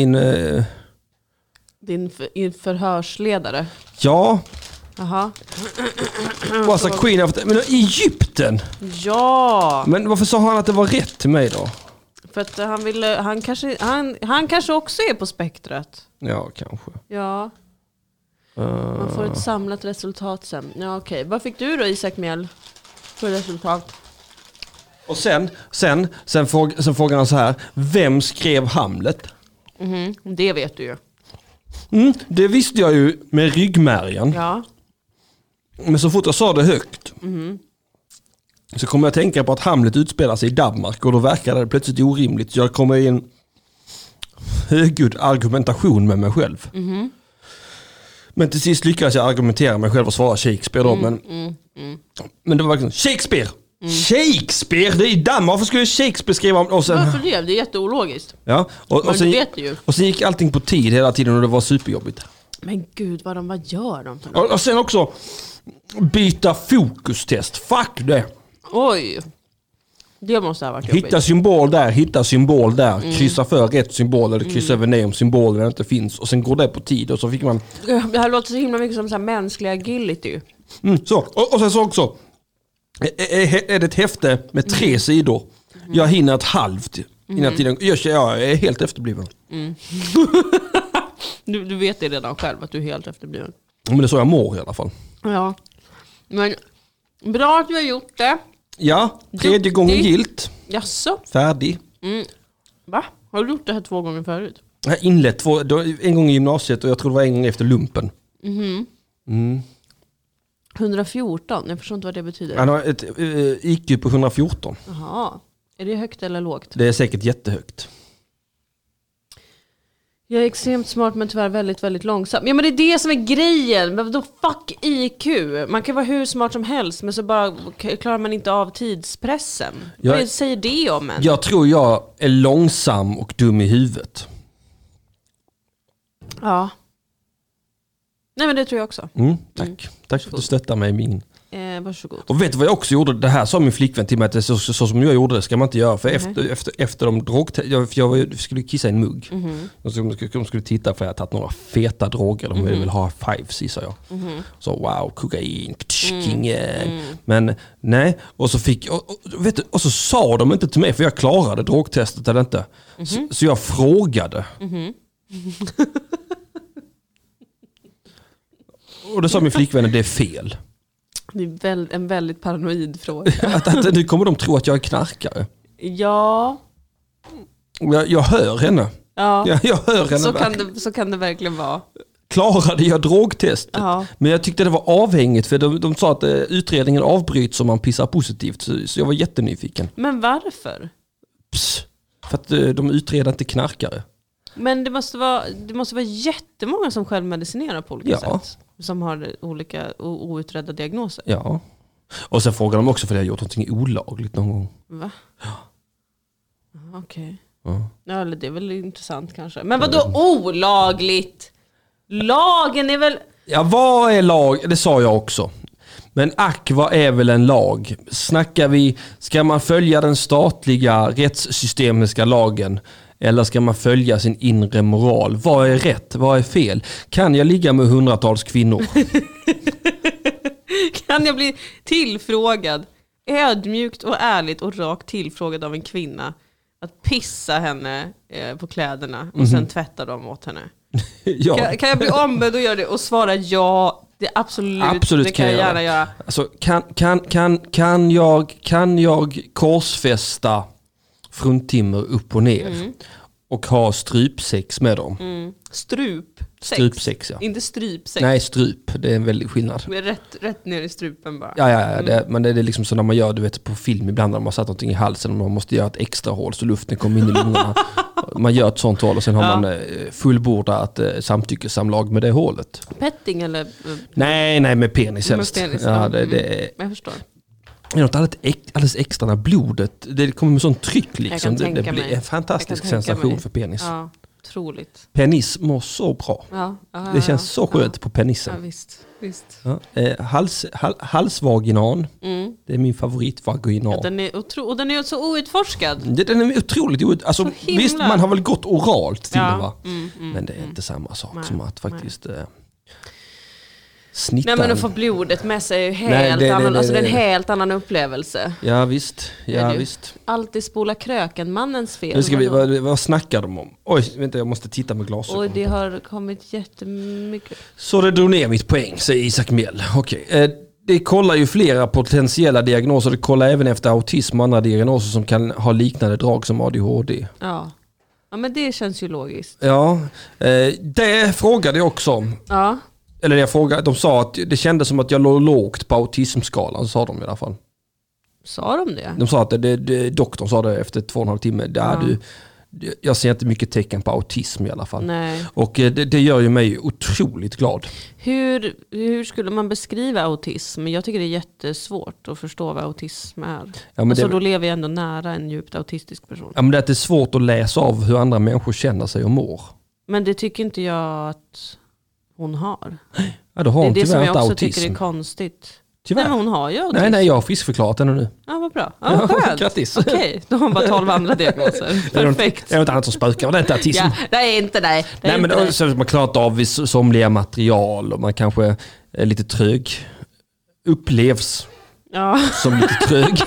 din förhörsledare. Ja. Jaha. Was a queen of... Men Egypten? Ja. Men varför sa han att det var rätt till mig då? För att han kanske också är på spektrat. Ja, kanske. Ja. Man får ett samlat resultat sen. Ja, okej. Vad fick du då, Isak Mjell, för resultat? Och sen frågar han så här. Vem skrev Hamlet? Det vet du ju. Det visste jag ju med ryggmärgen. Ja. Men så fort jag sa det högt så kommer jag tänka på att Hamlet utspelar sig i Danmark, och då verkade det plötsligt orimligt. Så jag kommer i en högljudd argumentation med mig själv. Men till sist lyckades jag argumentera mig själv och svara Shakespeare då. Men det var verkligen Shakespeare! Shakespeare, det är i Danmark. Varför skulle Shakespeare skriva om... Och sen, varför det? Det är jätteologiskt. Ja, och sen, vet ju. Och sen gick allting på tid hela tiden och det var superjobbigt. Men gud, vad gör de? Och sen också byta fokustest. Fuck det. Oj. Det måste ha varit jobbigt. Hitta symbol där. Kryssa för rätt symbol eller kryssa över nej om symboler inte finns. Och sen går det på tid och så fick man... Det här låter så himla mycket som så här mänsklig agility. Så. Och sen så också... Är det ett häfte med 3 sidor? Jag hinner ett halvt innan tiden. Jag är helt efterbliven. Du vet det redan själv att du är helt efterbliven. Men det är så jag mår i alla fall. Ja. Men bra att du har gjort det. Ja, 3:e gången gilt. Jaså? Färdig. Va? Har du gjort det här 2 gånger förut? Jag har inlett en gång i gymnasiet och jag tror det var en gång efter lumpen. 114, jag förstår inte vad det betyder. Han har ett IQ på 114. Jaha, är det högt eller lågt? Det är säkert jättehögt. Jag är extremt smart men tyvärr väldigt, väldigt långsam. Ja, men det är det som är grejen. Men då fuck IQ. Man kan vara hur smart som helst men så bara klarar man inte av tidspressen. Vad säger det om en? Jag tror jag är långsam och dum i huvudet. Ja. Nej, men det tror jag också. Tack. Tack för att du stöttar mig i min. Varsågod. Och vet du vad jag också gjorde? Det här sa min flickvän till mig att det så som jag gjorde det ska man inte göra. För efter de jag skulle kissa i en mugg. De skulle titta för att jag tagit några feta droger. De vill ha 5, gissar jag. Så wow, kokain, Men nej, och så fick vet du, och så sa de inte till mig för jag klarade drogtestet eller inte. Så jag frågade. Och då sa min flickvän att det är fel. Det är en väldigt paranoid fråga. att nu kommer de tro att jag är knarkare. Ja. Jag hör henne. Ja. Jag hör henne. Så kan det verkligen vara. klarade jag drogtestet. Ja. Men jag tyckte det var avhängigt för de sa att utredningen avbryts om man pissar positivt. Så jag var jättenyfiken. Men varför? För att de utreder inte knarkare. Men det måste vara jättemånga som självmedicinerar på olika sätt. Som har olika outredda diagnoser. Ja. Och sen frågar de också för att jag har gjort någonting olagligt någon gång. Va? Ja. Okej. Ja, det är väl intressant kanske. Men vadå olagligt? Lagen är väl... Ja, vad är lag? Det sa jag också. Men vad är väl en lag? Snackar vi, ska man följa den statliga rättssystemiska lagen? Eller ska man följa sin inre moral? Vad är rätt? Vad är fel? Kan jag ligga med hundratals kvinnor? Kan jag bli tillfrågad, ödmjukt och ärligt och rakt tillfrågad av en kvinna att pissa henne på kläderna och sen tvätta dem åt henne? Ja. Kan jag bli ombedd och göra det och svara ja, det är absolut det kan jag gärna göra. Alltså, kan jag korsfästa fruntimmer upp och ner och ha strypsex med dem? Strupsex, ja. Inte strypsex. Nej, strup. Det är en väldig skillnad. Rätt ner i strupen bara. Ja. Men det är liksom så när man gör, du vet, på film ibland när man har satt någonting i halsen och man måste göra ett extra hål så luften kommer in i lungorna. Man gör ett sånt hål och sen har man fullbordat samtyckesamlag med det hålet. Petting eller? Nej, med penis helst. Ja, det jag förstår. Det är något alldeles extra när blodet, det kommer med sån tryck liksom. Det blir en fantastisk sensation för penis. Ja, otroligt. Penis mår så bra. Det känns så skönt på penissen. Ja, visst. Ja, halsvaginan, det är min favoritvaginal. Ja, den är så outforskad. Den är otroligt alltså, visst, man har väl gått oralt till det, va? Men det är inte samma sak som att faktiskt... Nej, men att få blodet med sig är helt annan, alltså det är en helt annan upplevelse. Ja visst. Alltid spola kröken, mannens fel. Nu ska vad snackar de om? Oj, vänta, jag måste titta med glasögon. Och det har kommit jättemycket. Så det drog ner mitt poäng, säger Isak Mell. Okej. Det kollar ju flera potentiella diagnoser. Det kollar även efter autism och andra diagnoser som kan ha liknande drag som ADHD. Ja, men det känns ju logiskt. Ja, det frågade jag också om. Ja. Eller jag frågade, de sa att det kändes som att jag låg lågt på autismskalan, sa de i alla fall. Sa de det? De sa att doktorn sa det efter 2,5 timmar. Jag ser inte mycket tecken på autism i alla fall. Nej. Och det gör ju mig otroligt glad. Hur skulle man beskriva autism? Jag tycker det är jättesvårt att förstå vad autism är. Ja, men då lever jag ändå nära en djupt autistisk person. Ja, men det är svårt att läsa av hur andra människor känner sig och mår. Men det tycker inte jag att hon har. Ja, då har hon det är det som jag också autism. tycker är konstigt. Tyvärr. Nej, men hon har ju autism. Nej, jag har friskförklarat henne nu. Ja, vad bra. Ja, skönt. Grattis. Okej, då har hon bara 12 andra diagnoser. Perfekt. Det är något annat som spökar, och det är inte autism. Ja, det är inte det. Nej, men då, så man klarat av somliga material och man kanske är lite trög. Upplevs som lite trög.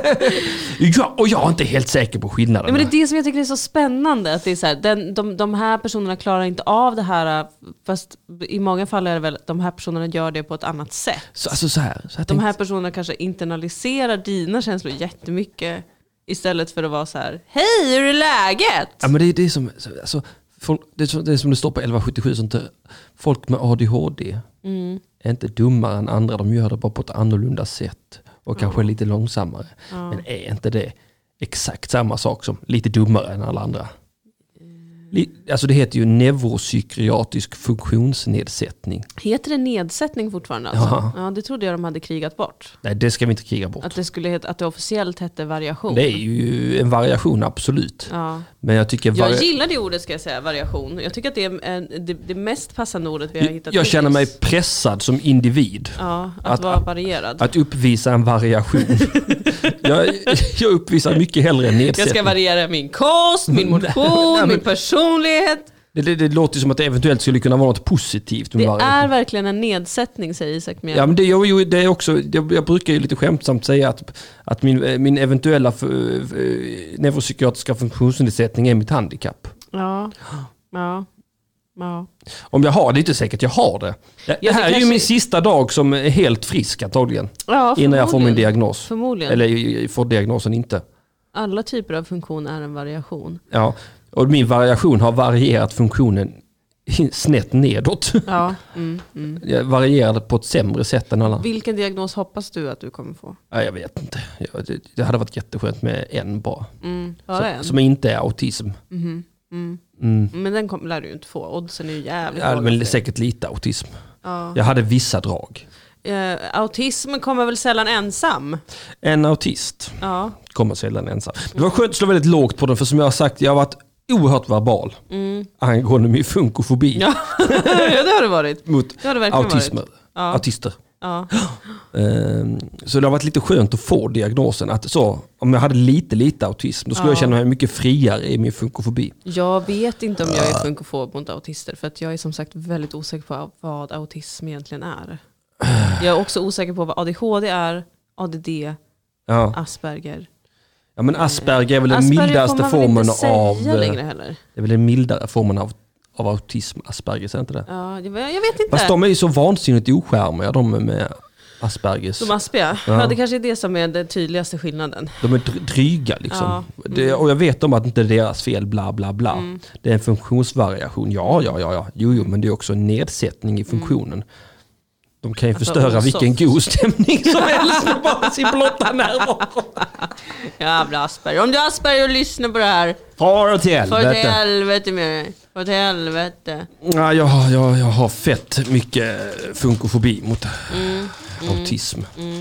Och jag är inte helt säker på skillnaden. Men det är det som jag tycker är så spännande. Att det är så här, de här personerna klarar inte av det här. Fast i många fall är det väl de här personerna gör det på ett annat sätt. Så här de här personerna kanske internaliserar dina känslor jättemycket. Istället för att vara så här: hej, hur är läget? Ja, men det är som... Alltså, det är som det står på 1177, sånt där. Folk med ADHD är inte dummare än andra. De gör det bara på ett annorlunda sätt. Och kanske lite långsammare. Men är inte det exakt samma sak som lite dummare än alla andra? Alltså det heter ju neuropsykiatrisk funktionsnedsättning. Heter det nedsättning fortfarande alltså? Ja, det trodde jag de hade krigat bort. Nej, det ska vi inte kriga bort. Att det officiellt hette variation. Det är ju en variation, absolut. Ja. Men jag gillar det ordet, ska jag säga, variation. Jag tycker att det är det mest passande ordet vi har hittat. Jag känner mig pressad som individ. Ja, att vara varierad. Att uppvisa en variation. jag uppvisar mycket hellre en nedsättning. Jag ska variera min kost, min motion, min personlighet. Det låter som att det eventuellt skulle kunna vara något positivt. Det är verkligen en nedsättning, säger Isak Mell. Ja, men det är också, jag brukar ju lite skämtsamt säga att min eventuella neuropsykiatriska funktionsnedsättning är mitt handikapp. Ja. Om jag har det, inte säkert jag har det. Det här är ju min sista dag som är helt frisk antagligen. Ja, innan jag får min diagnos. Förmodligen. Eller får diagnosen inte. Alla typer av funktion är en variation. Ja, och min variation har varierat funktionen snett nedåt. Ja. Jag varierade på ett sämre sätt än alla. Vilken diagnos hoppas du att du kommer få? Ja, jag vet inte. Det hade varit jätteskönt med en bara. Som inte är autism. Men den lär du ju inte få. Oddsen är ju jävligt men säkert lite autism. Ja. Jag hade vissa drag. Autism kommer väl sällan ensam? En autist kommer sällan ensam. Det var skönt att slå väldigt lågt på den, för som jag har sagt, jag har varit oerhört verbal angående min funkofobi. Ja, det har det varit. Mot autister. Ja. Så det har varit lite skönt att få diagnosen att om jag hade lite autism, då skulle jag känna mig mycket friare i min funkofobi. Jag vet inte om jag är funkofob mot autister, för att jag är som sagt väldigt osäker på vad autism egentligen är. Jag är också osäker på vad ADHD är, ADD, Asperger. Ja, men Asperger är väl den mildaste formen av... längre heller. Det är väl den mildare formen av autism, Asperger, är inte det? Ja, jag vet inte. Fast de är ju så vansinnigt oskärmiga, de med Aspergers. De aspiga. Ja, det kanske är det som är den tydligaste skillnaden. De är dryga liksom. Och jag vet om att det inte är deras fel, bla bla bla. Det är en funktionsvariation. Ja. Jo, men det är också en nedsättning i funktionen. De kan ju förstöra vilken god stämning som helst med bara sin blotta närvaro. Jävla Asperger. Om du är Asperger och lyssnar på det här. Far till helvete. Far till helvete med dig. Far till helvete. Ja, jag har fett mycket funkofobi mot autism.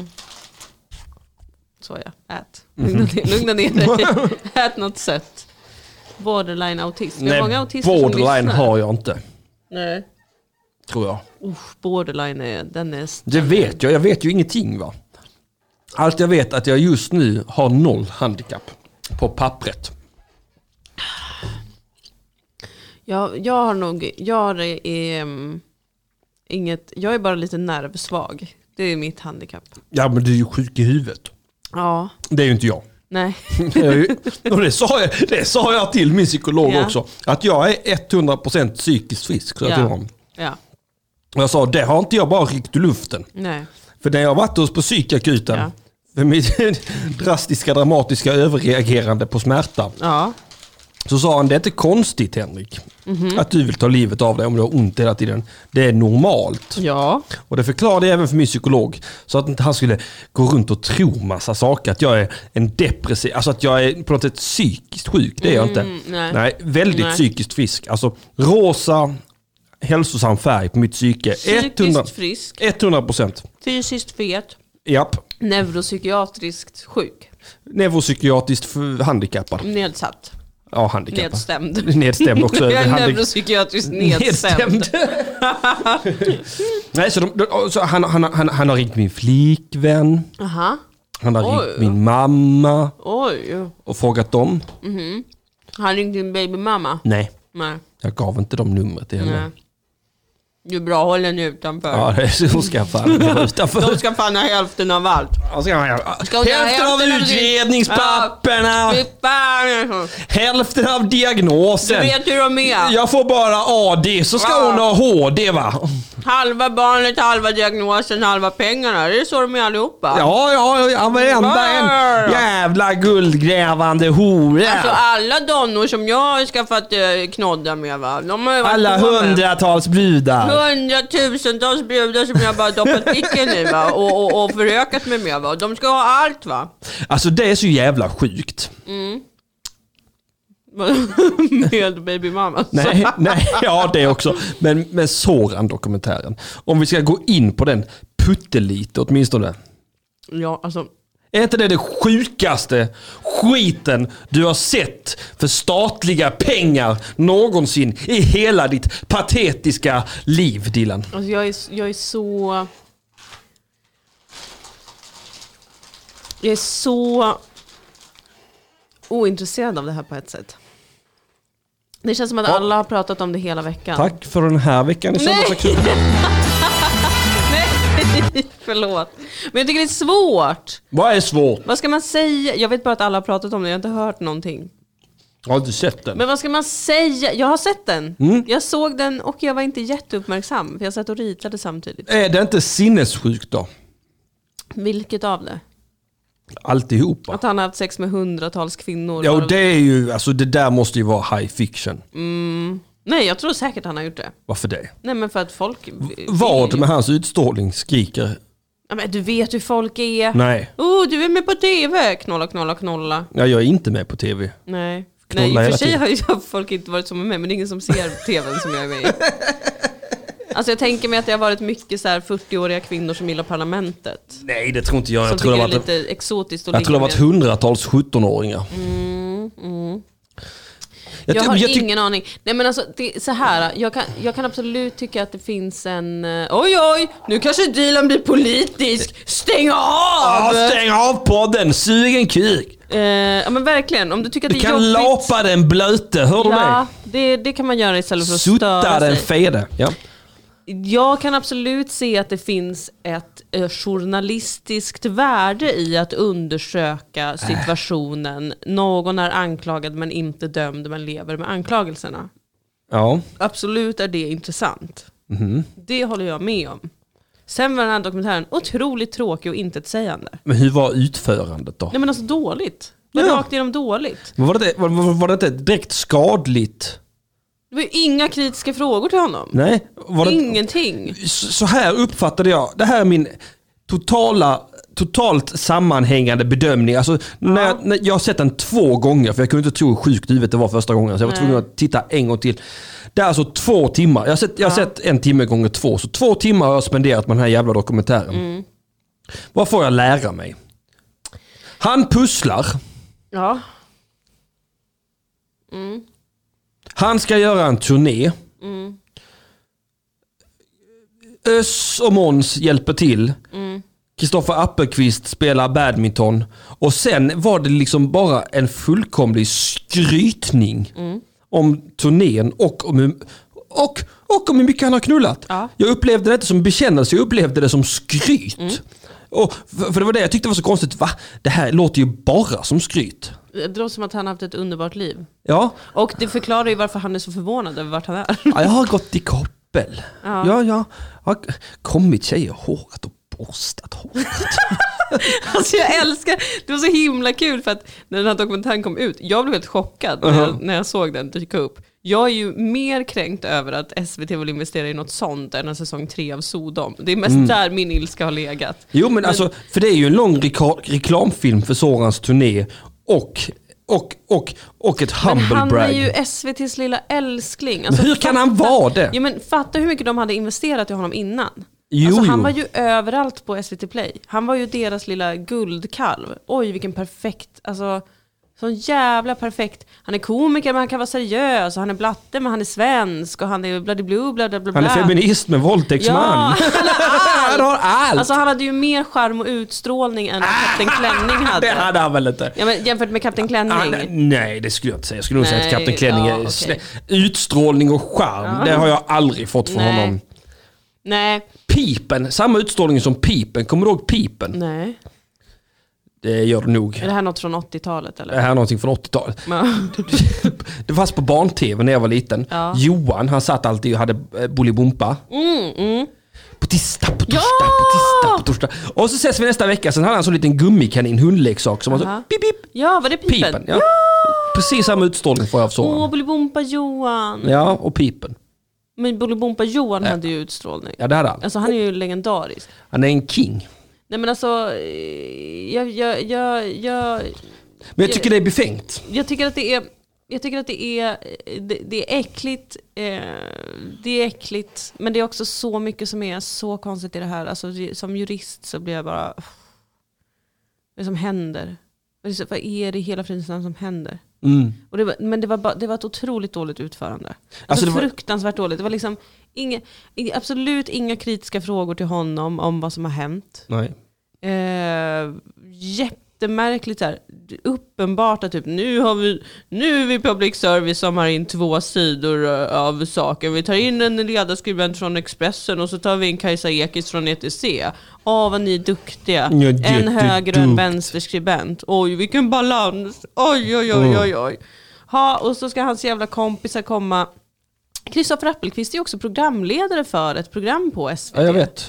Så ät. Lugna ner dig. Ät något sött. Borderline autism. Nej, många autister borderline har jag inte. Nej. Tror jag. Borderline den är... Det vet jag. Jag vet ju ingenting, va. Allt jag vet att jag just nu har 0 handikapp på pappret. Jag har nog... Jag är bara lite nervsvag. Det är mitt handikapp. Ja, men du är ju sjuk i huvudet. Ja. Det är ju inte jag. Nej. Och det sa jag till min psykolog också. Att jag är 100% psykiskt frisk. Så ja. Och jag sa, det har inte jag bara ryckt i luften. Nej. För när jag har varit hos på psykakuten, för mitt drastiska, dramatiska överreagerande på smärta, så sa han, det är inte konstigt, Henrik, att du vill ta livet av dig om du har ont hela tiden. Det är normalt. Ja. Och det förklarade jag även för min psykolog, så att inte han skulle gå runt och tro massa saker. Att jag är en depressiv, alltså att jag är på något sätt psykiskt sjuk. Det är jag inte. Nej, väldigt psykiskt frisk. Alltså rosa, hälsosam färg på mitt psyke. Psykiskt frisk. 100%. Fysiskt fet. Japp. Neuropsykiatriskt sjuk. Neuropsykiatriskt handikappad. Nedsatt. Ja, handikappad. Nedstämd också. Jag är neuropsykiatriskt nedstämd. Nej, så han har ringt min flickvän. Aha. Han har ringt min mamma. Oj. Och frågat dem. Han ringde din babymamma? Nej. Jag gav inte dem numret till henne. Du är bra, håll den utanför. Ja, det är så ska fan utanför. De ska fan ha hälften av allt. Hälften av utredningspapperna. Hälften av diagnosen. Du vet hur de är. Jag får bara AD, så ska hon ha HD, va? Halva barnet, halva diagnosen, halva pengarna. Det är så de är allihopa. Ja, varenda en jävla guldgrävande hora. Alltså alla donnor som jag har skaffat knodda med, va? Alla hundratals brudar. 100,000-tals brudar som jag bara doppat picken i, va? Och förökat mig med, va? De ska ha allt, va? Alltså det är så jävla sjukt. Med babymamma. Nej, ja det också. Men Soran-dokumentären. Om vi ska gå in på den puttelite åtminstone. Ja, alltså. Är inte det sjukaste skiten du har sett för statliga pengar någonsin i hela ditt patetiska liv, Dilan? Alltså jag är så ointresserad av det här på ett sätt. Det känns som att alla har pratat om det hela veckan. Tack för den här veckan i Söndagsakuten. Nej, förlåt. Men jag tycker det är svårt. Vad är svårt? Vad ska man säga? Jag vet bara att alla har pratat om det. Jag har inte hört någonting. Jag har inte sett den. Men vad ska man säga? Jag har sett den. Jag såg den och jag var inte jätteuppmärksam. För jag satt och ritade samtidigt. Är det inte sinnessjukt då? Vilket av det? Alltihopa. Att han har haft sex med 100-tals kvinnor. Ja, och det är ju, alltså det där måste ju vara high fiction. Nej, jag tror säkert han har gjort det. Varför det? Nej, men för att folk... Vad med hans utstrålning skriker? Ja, men du vet hur folk är. Nej. Du är med på tv. Knolla. Ja, jag är inte med på tv. Nej, i och för sig har ju folk inte varit som med mig, men det är ingen som ser tvn som jag är med i. Alltså jag tänker mig att det har varit mycket så här 40-åriga kvinnor som gillar Parlamentet. Nej, det tror inte jag. Jag tror det var lite exotiskt. Jag tror det har varit hundratals 17-åringar. Jag har ingen aning. Nej, men alltså, det är så här. Jag kan absolut tycka att det finns en... Oj, nu kanske dealen blir politisk. Stäng av! Stäng av podden, sug en kuk. Ja, men verkligen. Om du tycker att det är jobbigt... Du kan lapa den blöte, hör du mig? Det kan man göra istället för att störa sig. Sutta den fede, ja. Jag kan absolut se att det finns ett journalistiskt värde i att undersöka situationen. Någon är anklagad men inte dömd, men lever med anklagelserna. Ja. Absolut är det intressant. Det håller jag med om. Sen var den här dokumentären otroligt tråkig och intetsägande. Men hur var utförandet då? Nej, men alltså dåligt. Rakt igenom dåligt. Men var det inte direkt skadligt? Det var ju inga kritiska frågor till honom. Nej. Ingenting. Så här uppfattade jag. Det här är min totalt sammanhängande bedömning. Alltså, när jag har sett den 2 gånger, för jag kunde inte tro hur sjukt huvudet det var första gången. Så jag var tvungen att titta en gång till. Det är alltså 2 timmar. Jag har sett 1 timme gånger 2. Så 2 timmar har jag spenderat med den här jävla dokumentären. Vad får jag lära mig? Han pusslar. Ja. Han ska göra en turné. Öss och Måns hjälper till. Kristoffer Appelqvist spelar badminton. Och sen var det liksom bara en fullkomlig skrytning om turnén och om hur mycket han har knullat. Ja. Jag upplevde det inte som bekännelse, jag upplevde det som skryt. Och för det var det jag tyckte var så konstigt. Va? Det här låter ju bara som skryt. Det låter som att han har haft ett underbart liv. Ja. Och det förklarar ju varför han är så förvånad över vart han är. Ja, jag har gått i koppel. Ja, jag har kommit tjejer håret och borstat håret. Alltså jag älskar, det var så himla kul för att när den här dokumentären kom ut, jag blev helt chockad när jag såg den dyka upp. Jag är ju mer kränkt över att SVT vill investera i något sånt än en säsong 3 av Sodom. Det är mest där min ilska har legat. Jo, men alltså, för det är ju en lång reklamfilm för Sorans turné och ett humble brag. Men han är ju SVTs lilla älskling. Alltså, men hur kan han vara det? Ja, men fatta hur mycket de hade investerat i honom innan. Alltså, han var ju överallt på SVT Play. Han var ju deras lilla guldkalv. Oj, vilken perfekt, alltså sån jävla perfekt. Han är komiker men han kan vara seriös. Och han är blatte men han är svensk. Och han är bla. Han är feminist med våldtäktsman. Ja, han har allt. Alltså han hade ju mer charm och utstrålning än Kapten Klänning hade. Det hade han väl inte. Ja, men jämfört med Kapten Klänning. Nej, det skulle jag inte säga. Jag skulle nog säga att Kapten Klänning är utstrålning och charm. Det har jag aldrig fått från honom. Nej. Pipen, samma utstrålning som Pipen. Kommer du ihåg Pipen? Nej. Det gör du nog. Är det här något från 80-talet? Eller? Det här är någonting från 80-talet. Ja. Det fanns på barn-tv när jag var liten. Ja. Johan, han satt alltid och hade Bolibompa. På tisdag, på torsdag. Och så ses vi nästa vecka. Sen hade han en sån liten gummikanin, hundleksak som var så pip pip. Ja, var det Pipen? Ja. Precis samma utstrålning får jag av så. Bolibompa Johan. Ja, och Pipen. Men Bolibompa Johan hade ju utstrålning. Ja, det hade han. Alltså han är ju legendarisk. Han är en king. Nej, men alltså men jag tycker det är befängt. Jag tycker att det är äckligt. Det är äckligt, men det är också så mycket som är så konstigt i det här. Alltså som jurist så blir jag bara, vad är det som händer? Vad är det i hela fridens namn som händer? Och det var ett otroligt dåligt utförande. Alltså fruktansvärt dåligt. Det var liksom absolut inga kritiska frågor till honom om vad som har hänt. Nej. Jättemärkligt så här. Uppenbart att typ nu är vi public service som har in 2 sidor av saker. Vi tar in en ledarskribent från Expressen och så tar vi in Kajsa Ekis från ETC. Vad ni är duktiga. En höger och en vänsterskribent. Oj, vilken balans. Oj. Ha, och så ska hans jävla kompisar komma. Kristoffer Appelqvist är också programledare för ett program på SVT. Ja, jag vet.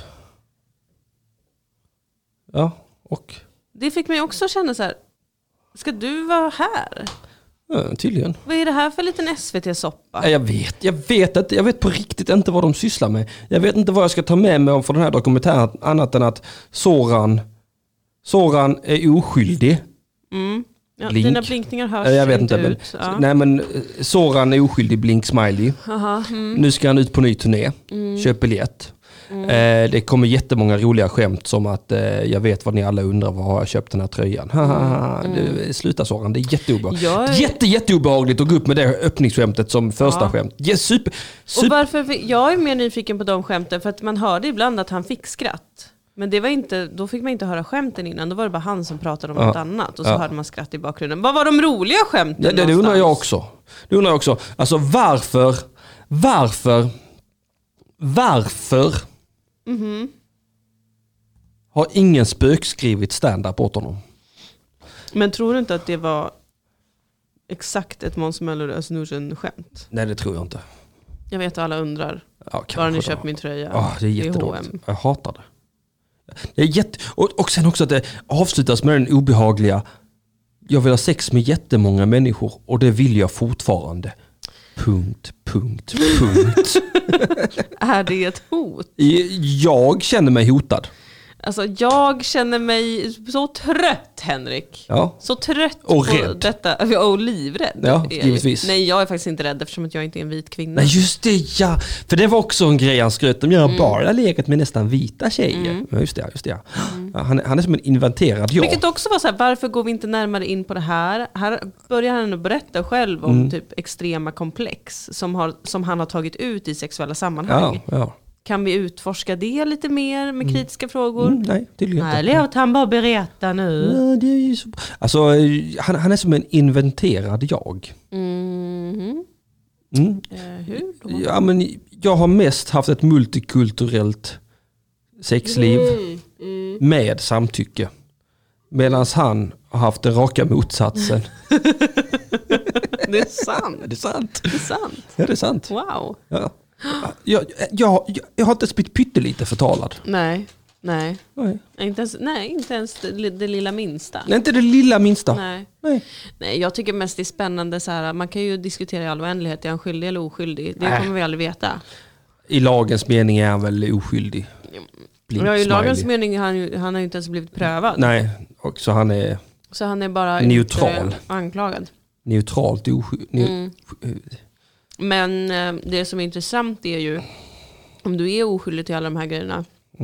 Ja, och? Det fick mig också känna så här, ska du vara här? Ja, tydligen. Vad är det här för liten SVT-soppa? Jag vet inte. Jag vet på riktigt inte vad de sysslar med. Jag vet inte vad jag ska ta med mig från den här dokumentären annat än att Soran är oskyldig. Ja, dina blinkningar hörs jag vet inte ut. Men, ja. Nej, men Soran är oskyldig, blink smiley. Nu ska han ut på ny turné. Köp biljett. Det kommer jättemånga roliga skämt som att jag vet vad ni alla undrar, var har jag köpt den här tröjan. Sluta Soran, det är jätteobehagligt. Jätteobehagligt att gå upp med det öppningsskämtet som första skämt. Super. Och varför, jag är mer nyfiken på de skämten för att man hörde ibland att han fick skratt. Men det var inte, då fick man inte höra skämten innan. Då var det bara han som pratade om något annat. Och så hörde man skratt i bakgrunden. Vad var de roliga skämten? Det undrar jag också. Alltså varför har ingen spökskrivit stand-up åt honom? Men tror du inte att det var exakt ett Måns Möller-Özz-Nordsen-skämt? Nej, det tror jag inte. Jag vet att alla undrar. Var ni köpt min tröja? Det är jättedåligt. Jag hatar det. Det är och sen också att det avslutas med den obehagliga: jag vill ha sex med jättemånga människor och det vill jag fortfarande. ... Är det ett hot? Jag känner mig hotad. Alltså jag känner mig så trött, Henrik. Ja. Så trött och på rädd. Detta. Och livrädd. Ja, givetvis. Nej, jag är faktiskt inte rädd eftersom att jag inte är en vit kvinna. Nej, just det, ja. För det var också en grej han skröt om. Jag har bara legat med nästan vita tjejer. Ja, just det. Ja, han är som en inventerad jag. Vilket också var så här, varför går vi inte närmare in på det här? Här börjar han att berätta själv om typ extrema komplex som han har tagit ut i sexuella sammanhang. Ja. Kan vi utforska det lite mer med kritiska frågor? Nej, tydligen inte. Nej, låt han bara berätta nu. Ja, det är ju så... Alltså, han är som en inventerad jag. Hur då? Ja, men jag har mest haft ett multikulturellt sexliv med samtycke. Medan han har haft den raka motsatsen. Det är sant. Det är sant. Det är sant. Ja, det är sant. Wow. Ja. Jag har inte blivit pyttelite förtalad. Nej. Inte ens det lilla minsta. Nej, inte det lilla minsta. Nej, jag tycker mest det är spännande så här, man kan ju diskutera i all oändlighet, är han skyldig eller oskyldig? Det kommer vi aldrig veta. I lagens mening är han väl oskyldig. I lagens mening han har ju inte ens blivit prövad. Nej, och så han är bara neutral. Anklagad. Neutralt oskyldig. Men det som är intressant är ju om du är oskyldig till alla de här grejerna.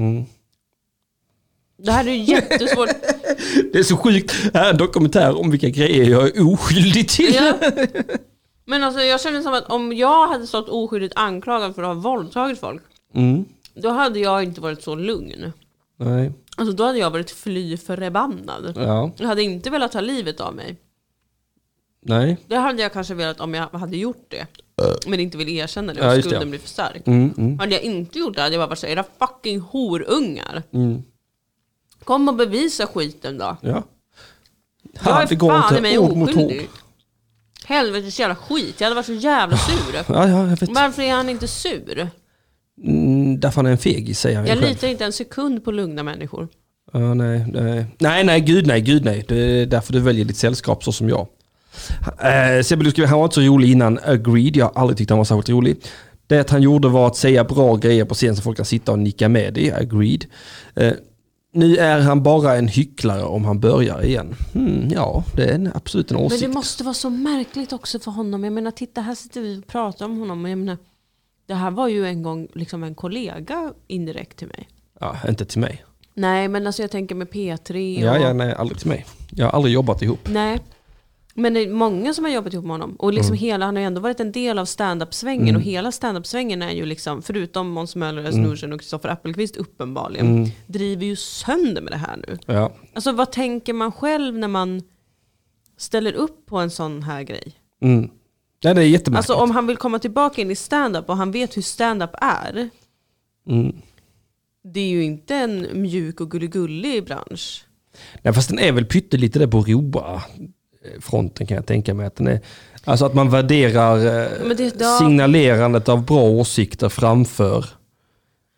Det här är ju jättesvårt. Det är så sjukt. Här är en dokumentär om vilka grejer jag är oskyldig till. Ja. Men alltså jag känner som att om jag hade stått oskyldigt anklagad för att ha våldtagit folk, då hade jag inte varit så lugn. Nej. Alltså då hade jag varit fly förbannad. Ja. Jag hade inte velat ta livet av mig. Nej. Det hade jag kanske velat om jag hade gjort det. Men inte vill erkänna det och skulden blir för stark. Hade jag inte gjort det hade jag bara varit så, era fucking horungar. Kom och bevisa skiten då. Ja. Jag är fan i mig oskyldig. Helvetes jävla skit. Jag hade varit så jävla sur. Jag vet. Varför är han inte sur? Därför han är en fegis, säger han. Jag litar inte en sekund på lugna människor. Nej, gud nej. Det är därför du väljer ditt sällskap så som jag. Sebbe, han var inte så rolig innan Agreed. Jag har aldrig tyckt han var särskilt rolig. Det han gjorde var att säga bra grejer på scen så folk kan sitta och nicka med det. Agreed. Nu är han bara en hycklare om han börjar igen. Ja, det är absolut en åsikt. Men det måste vara så märkligt också för honom. Jag menar, titta, här sitter vi och pratar om honom. Jag menar, det här var ju en gång liksom en kollega indirekt till mig. Ja, inte till mig. Nej, men alltså jag tänker med P3 och... nej, aldrig till mig. Jag har aldrig jobbat ihop. Nej. Men det är många som har jobbat ihop med honom. Och liksom han har ju ändå varit en del av stand-up-svängen. Och hela stand-up-svängen är ju liksom, förutom Måns Möller, Nordsen och Kristoffer Appelqvist uppenbarligen, driver ju sönder med det här nu. Ja. Alltså vad tänker man själv när man ställer upp på en sån här grej? Ja, det är jättemärkligt. Alltså om han vill komma tillbaka in i stand-up och han vet hur stand-up är. Det är ju inte en mjuk och gullig bransch. Nej, fast den är väl pyttelite där på roa fronten, kan jag tänka mig. Att den är, alltså att man värderar signalerandet av bra åsikter framför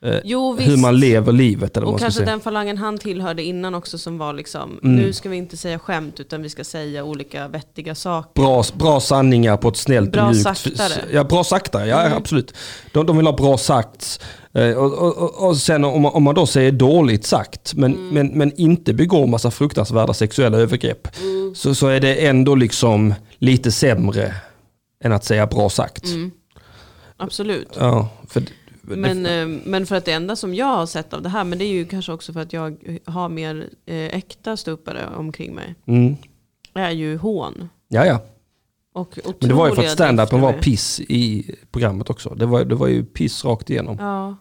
hur man lever livet. Eller och man kanske ska den falangen han tillhörde innan också som var liksom, nu ska vi inte säga skämt utan vi ska säga olika vettiga saker. Bra sanningar på ett snällt bra och mjukt. Saktare. Ja, bra saktare. Ja, absolut. De vill ha bra sagt. Och sen om man då säger dåligt sagt men inte begår massa fruktansvärda sexuella övergrepp så är det ändå liksom lite sämre än att säga bra sagt. Absolut. Ja, men för att det enda som jag har sett av det här, men det är ju kanske också för att jag har mer äkta ståuppare omkring mig, är ju hån. Ja. Och men det var ju för att stand-upen var piss i programmet också. Det var ju piss rakt igenom. Ja.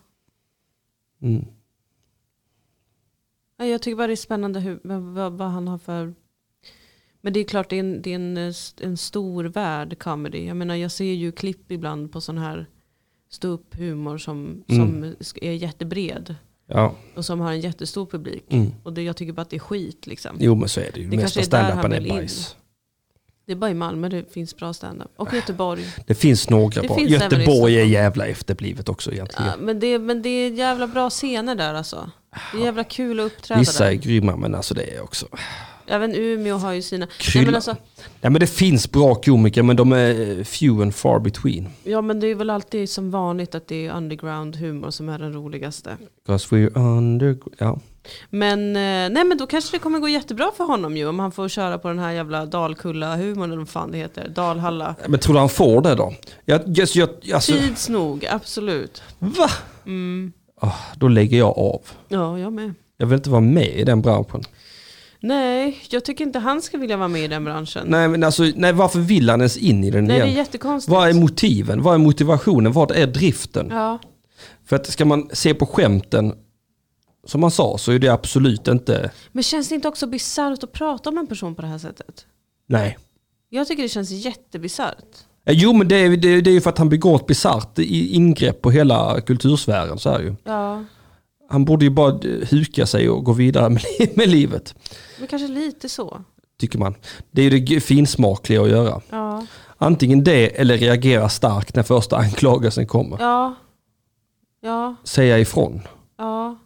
Jag tycker bara det är spännande vad han har för... Men det är klart det är en stor värld comedy. Jag menar jag ser ju klipp ibland på sån här ståupphumor som är jättebred. Ja. Och som har en jättestor publik. Och jag tycker bara att det är skit liksom. Jo men så är det ju. Det mesta stand-upen är bajs. Det är bara i Malmö det finns bra stand-up. Och Göteborg. Det finns några bra. Göteborg är jävla efterblivet också egentligen. Ja, men det är jävla bra scener där alltså. Det är jävla kul att uppträda vissa där. är grymma men alltså det är också... Även Umeå har ju sina... Nej, men det finns bra komiker men de är few and far between. Ja men det är väl alltid som vanligt att det är underground humor som är den roligaste. Because we're underground, ja. Men då kanske det kommer gå jättebra för honom ju om han får köra på den här jävla Dalkulla-humorn eller vad fan det heter. Dalhalla. Men tror du han får det då? Alltså... Tids nog, absolut. Va? Då lägger jag av. Ja, jag med. Jag vill inte vara med i den branschen. Nej, jag tycker inte han ska vilja vara med i den branschen. Nej, men alltså, varför vill han ens in i den igen? Det är jättekonstigt. Vad är motiven? Vad är motivationen? Vad är driften? Ja. För att ska man se på skämten som man sa så är det absolut inte... Men känns det inte också bisarrt att prata om en person på det här sättet? Nej. Jag tycker det känns jättebisarrt. Jo, men det är ju för att han begår ett bisarrt ingrepp på hela kultursfären, så är det ju. Ja. Han borde ju bara huka sig och gå vidare med livet. Men kanske lite så. Tycker man. Det är ju det finsmakliga att göra. Ja. Antingen det eller reagera starkt när första anklagelsen kommer. Ja. Säga ifrån. Ja.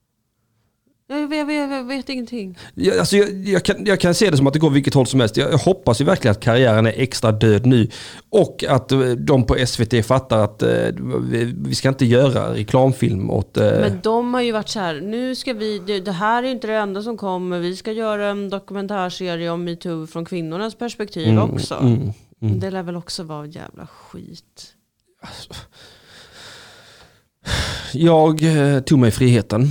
Jag vet ingenting. Jag kan se det som att det går vilket håll som helst. Jag hoppas ju verkligen att karriären är extra död nu. Och att de på SVT fattar att vi ska inte göra reklamfilm åt... Men de har ju varit så här, nu ska det här är inte det enda som kommer. Vi ska göra en dokumentärserie om MeToo från kvinnornas perspektiv också. Det lär väl också vara jävla skit. Alltså, jag tog mig friheten.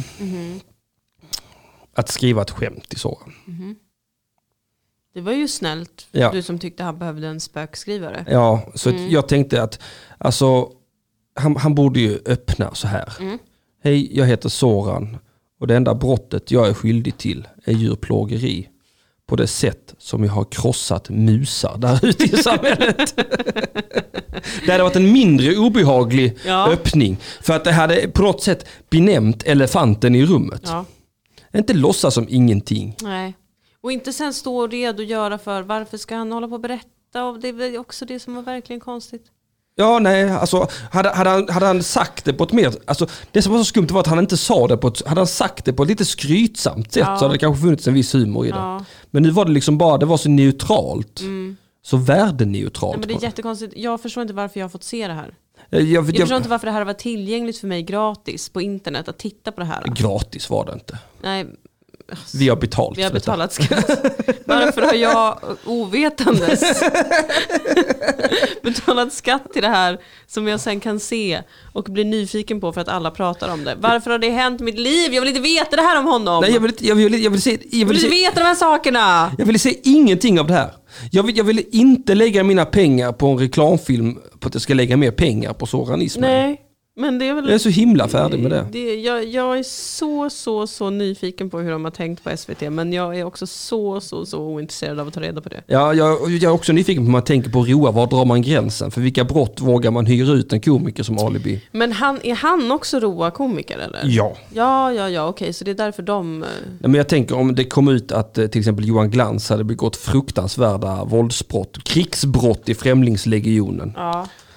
Att skriva ett skämt i Soran. Det var ju snällt. Ja. Du som tyckte han behövde en spökskrivare. Ja, så jag tänkte att alltså, han borde ju öppna så här. Hej, jag heter Soran och det enda brottet jag är skyldig till är djurplågeri. På det sätt som jag har krossat musar där ute i samhället. Det hade varit en mindre obehaglig öppning. För att det hade på något sätt benämnt elefanten i rummet. Ja. Inte låtsas som ingenting. Nej. Och inte sen stå redo att göra för varför ska han hålla på och berätta. Och det är också det som var verkligen konstigt. Ja, nej, alltså hade han sagt det på ett mer... Alltså, det som var så skumt var att han inte sa det på ett... Hade han sagt det på ett lite skrytsamt sätt så hade det kanske funnits en viss humor i det. Men nu var det liksom bara... Det var så neutralt. Så värdeneutralt. Nej, men det är jättekonstigt. Jag förstår inte varför jag har fått se det här. Jag förstår inte varför det här var tillgängligt för mig gratis på internet att titta på det här. Gratis var det inte. Nej. Vi har betalt. Vi har betalat skatt. Varför har jag ovetandes betalat skatt till det här som jag sen kan se och bli nyfiken på för att alla pratar om det? Varför har det hänt i mitt liv? Jag vill inte veta det här om honom. Nej, jag vill inte veta de här sakerna. Jag vill se ingenting av det här. Jag vill inte lägga mina pengar på en reklamfilm på att jag ska lägga mer pengar på soranismen. Nej. Men det är väl, jag är så himla färdig med det. Jag är så nyfiken på hur de har tänkt på SVT. Men jag är också så ointresserad av att ta reda på det. Ja, jag är också nyfiken på hur man tänker på Roa. Var drar man gränsen? För vilka brott vågar man hyra ut en komiker som alibi? Men är han också Roa-komiker eller? Ja. Ja, okej. Så det är därför de... Nej, men jag tänker om det kom ut att till exempel Johan Glans hade begått fruktansvärda våldsbrott. Krigsbrott i Främlingslegionen. Ja.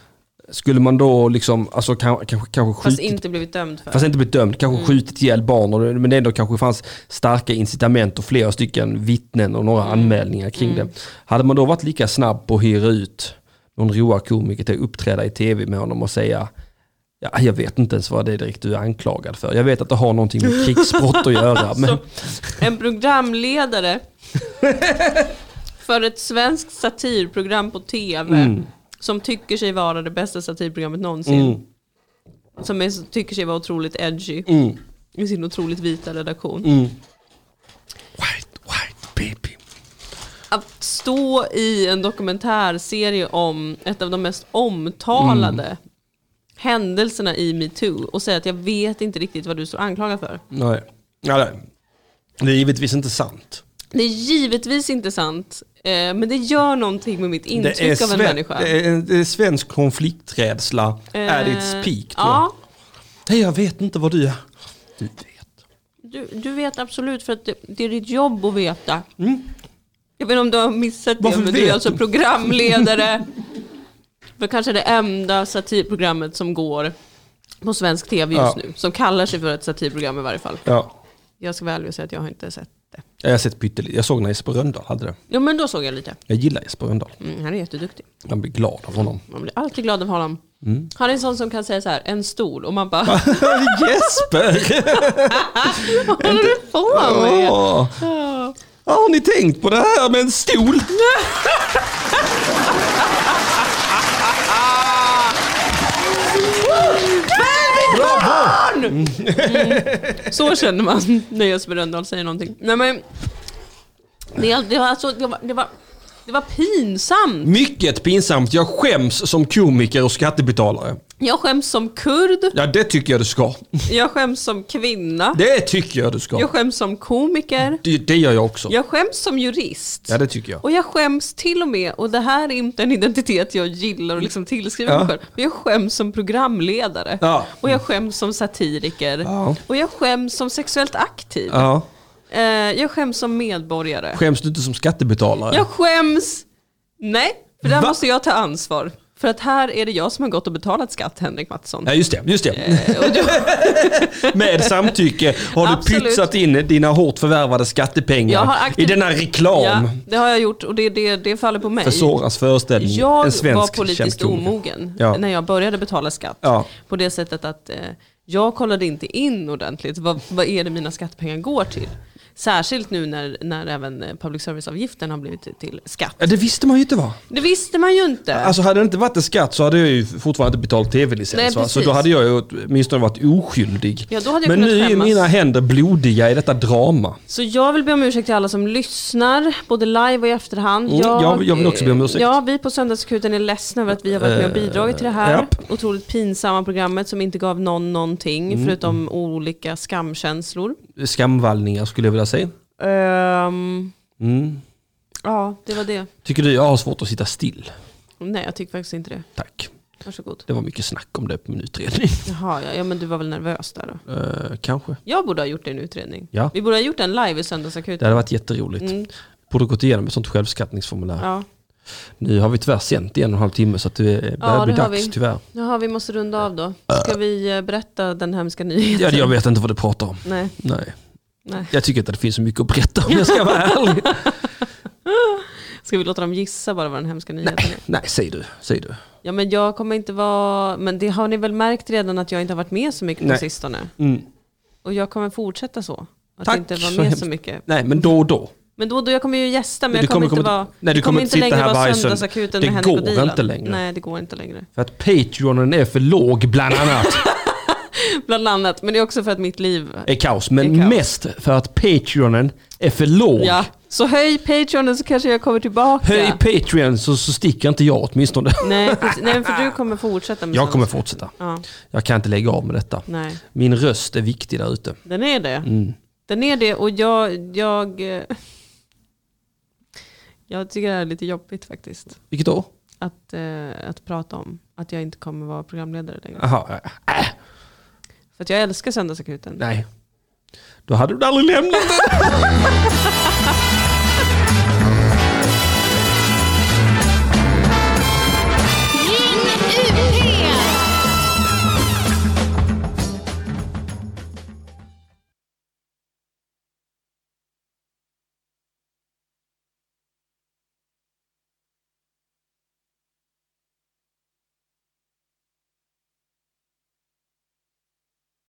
skulle man då liksom, alltså kanske skjutit... Fast inte blivit dömd för. Fast inte blivit dömd, kanske skjutit ihjäl barn. Men det ändå kanske fanns starka incitament och flera stycken vittnen och några anmälningar kring det. Hade man då varit lika snabb på att hyra ut någon roa komiker till att uppträda i tv med honom och säga jag vet inte ens vad det är direkt du är anklagad för. Jag vet att det har någonting med krigsbrott att göra. Alltså, men... En programledare för ett svenskt satirprogram på tv som tycker sig vara det bästa satirprogrammet någonsin. Som tycker sig vara otroligt edgy i sin otroligt vita redaktion. White baby. Att stå i en dokumentärserie om ett av de mest omtalade händelserna i MeToo och säga att jag vet inte riktigt vad du står anklagad för. Nej. Det är givetvis inte sant. Det är givetvis inte sant, men det gör någonting med mitt intryck av en människa. Det är svensk konflikträdsla at its peak. Ja. Nej, jag vet inte vad du är. Du vet. Du vet absolut, för att det är ditt jobb att veta. Jag vet inte om du har missat det, men du är alltså programledare för kanske det enda satirprogrammet som går på svensk tv just nu. Som kallar sig för ett satirprogram i varje fall. Ja. Jag ska väl säga att jag har inte sett det. Jag har sett pyttelite. Jag såg när Jesper Rönndahl hade det. Ja, men då såg jag lite. Jag gillar Jesper Rönndahl. Han är jätteduktig. Man blir glad av honom. Man blir alltid glad av honom. Han är en sån som kan säga så här, en stol, och man bara... Jesper! Vad håller du på med? Har ni tänkt på det här med en stol? Så känner man när Jesper Rönndahl säger någonting. Nej, men det var pinsamt. Mycket pinsamt. Jag skäms som komiker och skattebetalare. Jag skäms som kurd. Ja, det tycker jag du ska. Jag skäms som kvinna. Det tycker jag du ska. Jag skäms som komiker. Det gör jag också. Jag skäms som jurist. Ja, det tycker jag. Och jag skäms till och med, och det här är inte en identitet jag gillar och liksom tillskriver mig själv. Men jag skäms som programledare. Ja. Och jag skäms som satiriker. Ja. Och jag skäms som sexuellt aktiv. Ja. Jag skäms som medborgare. Skäms du inte som skattebetalare? Jag skäms... Nej, för där måste jag ta ansvar. För att här är det jag som har gått och betalat skatt, Henrik Mattsson. Ja, just det. Med samtycke har du pytsat in dina hårt förvärvade skattepengar i denna reklam. Ja, det har jag gjort, och det faller på mig. För Soras föreställning. Jag var politiskt omogen när jag började betala skatt. Ja. På det sättet att jag kollade inte in ordentligt. Vad är det mina skattepengar går till? Särskilt nu när även public service-avgiften har blivit till skatt. Ja, det visste man ju inte, va? Det visste man ju inte. Alltså hade det inte varit en skatt så hade jag ju fortfarande inte betalt tv-licens. Så då hade jag ju åtminstone varit oskyldig. Ja, då hade jag men nu är skämmas. Mina händer blodiga i detta drama. Så jag vill be om ursäkt till alla som lyssnar, både live och i efterhand. Jag vill också be om ursäkt. Ja, vi på Söndagsakuten är ledsna över att vi har varit med och bidragit till det här otroligt pinsamma programmet som inte gav någonting förutom olika skamkänslor. Skamvallningar skulle jag vilja säga. Ja, det var det. Tycker du jag har svårt att sitta still? Nej, jag tycker faktiskt inte det. Tack. Varsågod. Det var mycket snack om det på min utredning. Jaha, ja, men du var väl nervös där då? Kanske. Jag borde ha gjort en utredning. Ja. Vi borde ha gjort en live i Söndagsakuten. Det hade varit jätteroligt. Borde gått igenom ett sånt självskattningsformulär. Ja. Nu har vi tyvärr sänt i 1,5 timme så att det börjar bli dags tyvärr. Jaha, vi måste runda av då. Ska vi berätta den hemska nyheten? Ja, jag vet inte vad du pratar om. Nej. Jag tycker inte att det finns så mycket att berätta om jag ska vara ärlig. Ska vi låta dem gissa bara vad den hemska nyheten är? Nej, säg du. Ja, men jag kommer inte vara... Men det har ni väl märkt redan att jag inte har varit med så mycket på sistone. Och jag kommer fortsätta så. Att inte vara med så mycket. Nej, men då och då. Men då jag kommer ju gästa, men jag kommer inte vara... Nej, du kommer inte längre vara Söndagsakuten med Henrik och Dilan. Det går inte längre. Nej, det går inte längre. För att Patreonen är för låg, bland annat. Bland annat, men det är också för att mitt liv är kaos. Men mest för att Patreonen är för låg. Ja, så höj Patreonen så kanske jag kommer tillbaka. Höj Patreon så sticker inte jag åtminstone. Nej, för du kommer fortsätta med jag kommer fortsätta. Ja. Jag kan inte lägga av med detta. Nej. Min röst är viktig där ute. Den är det. Den är det, och jag tycker det är lite jobbigt faktiskt. Vilket då? Att prata om att jag inte kommer vara programledare längre. Aha. För att jag älskar Söndagsakuten. Nej. Då hade du aldrig lämnat det.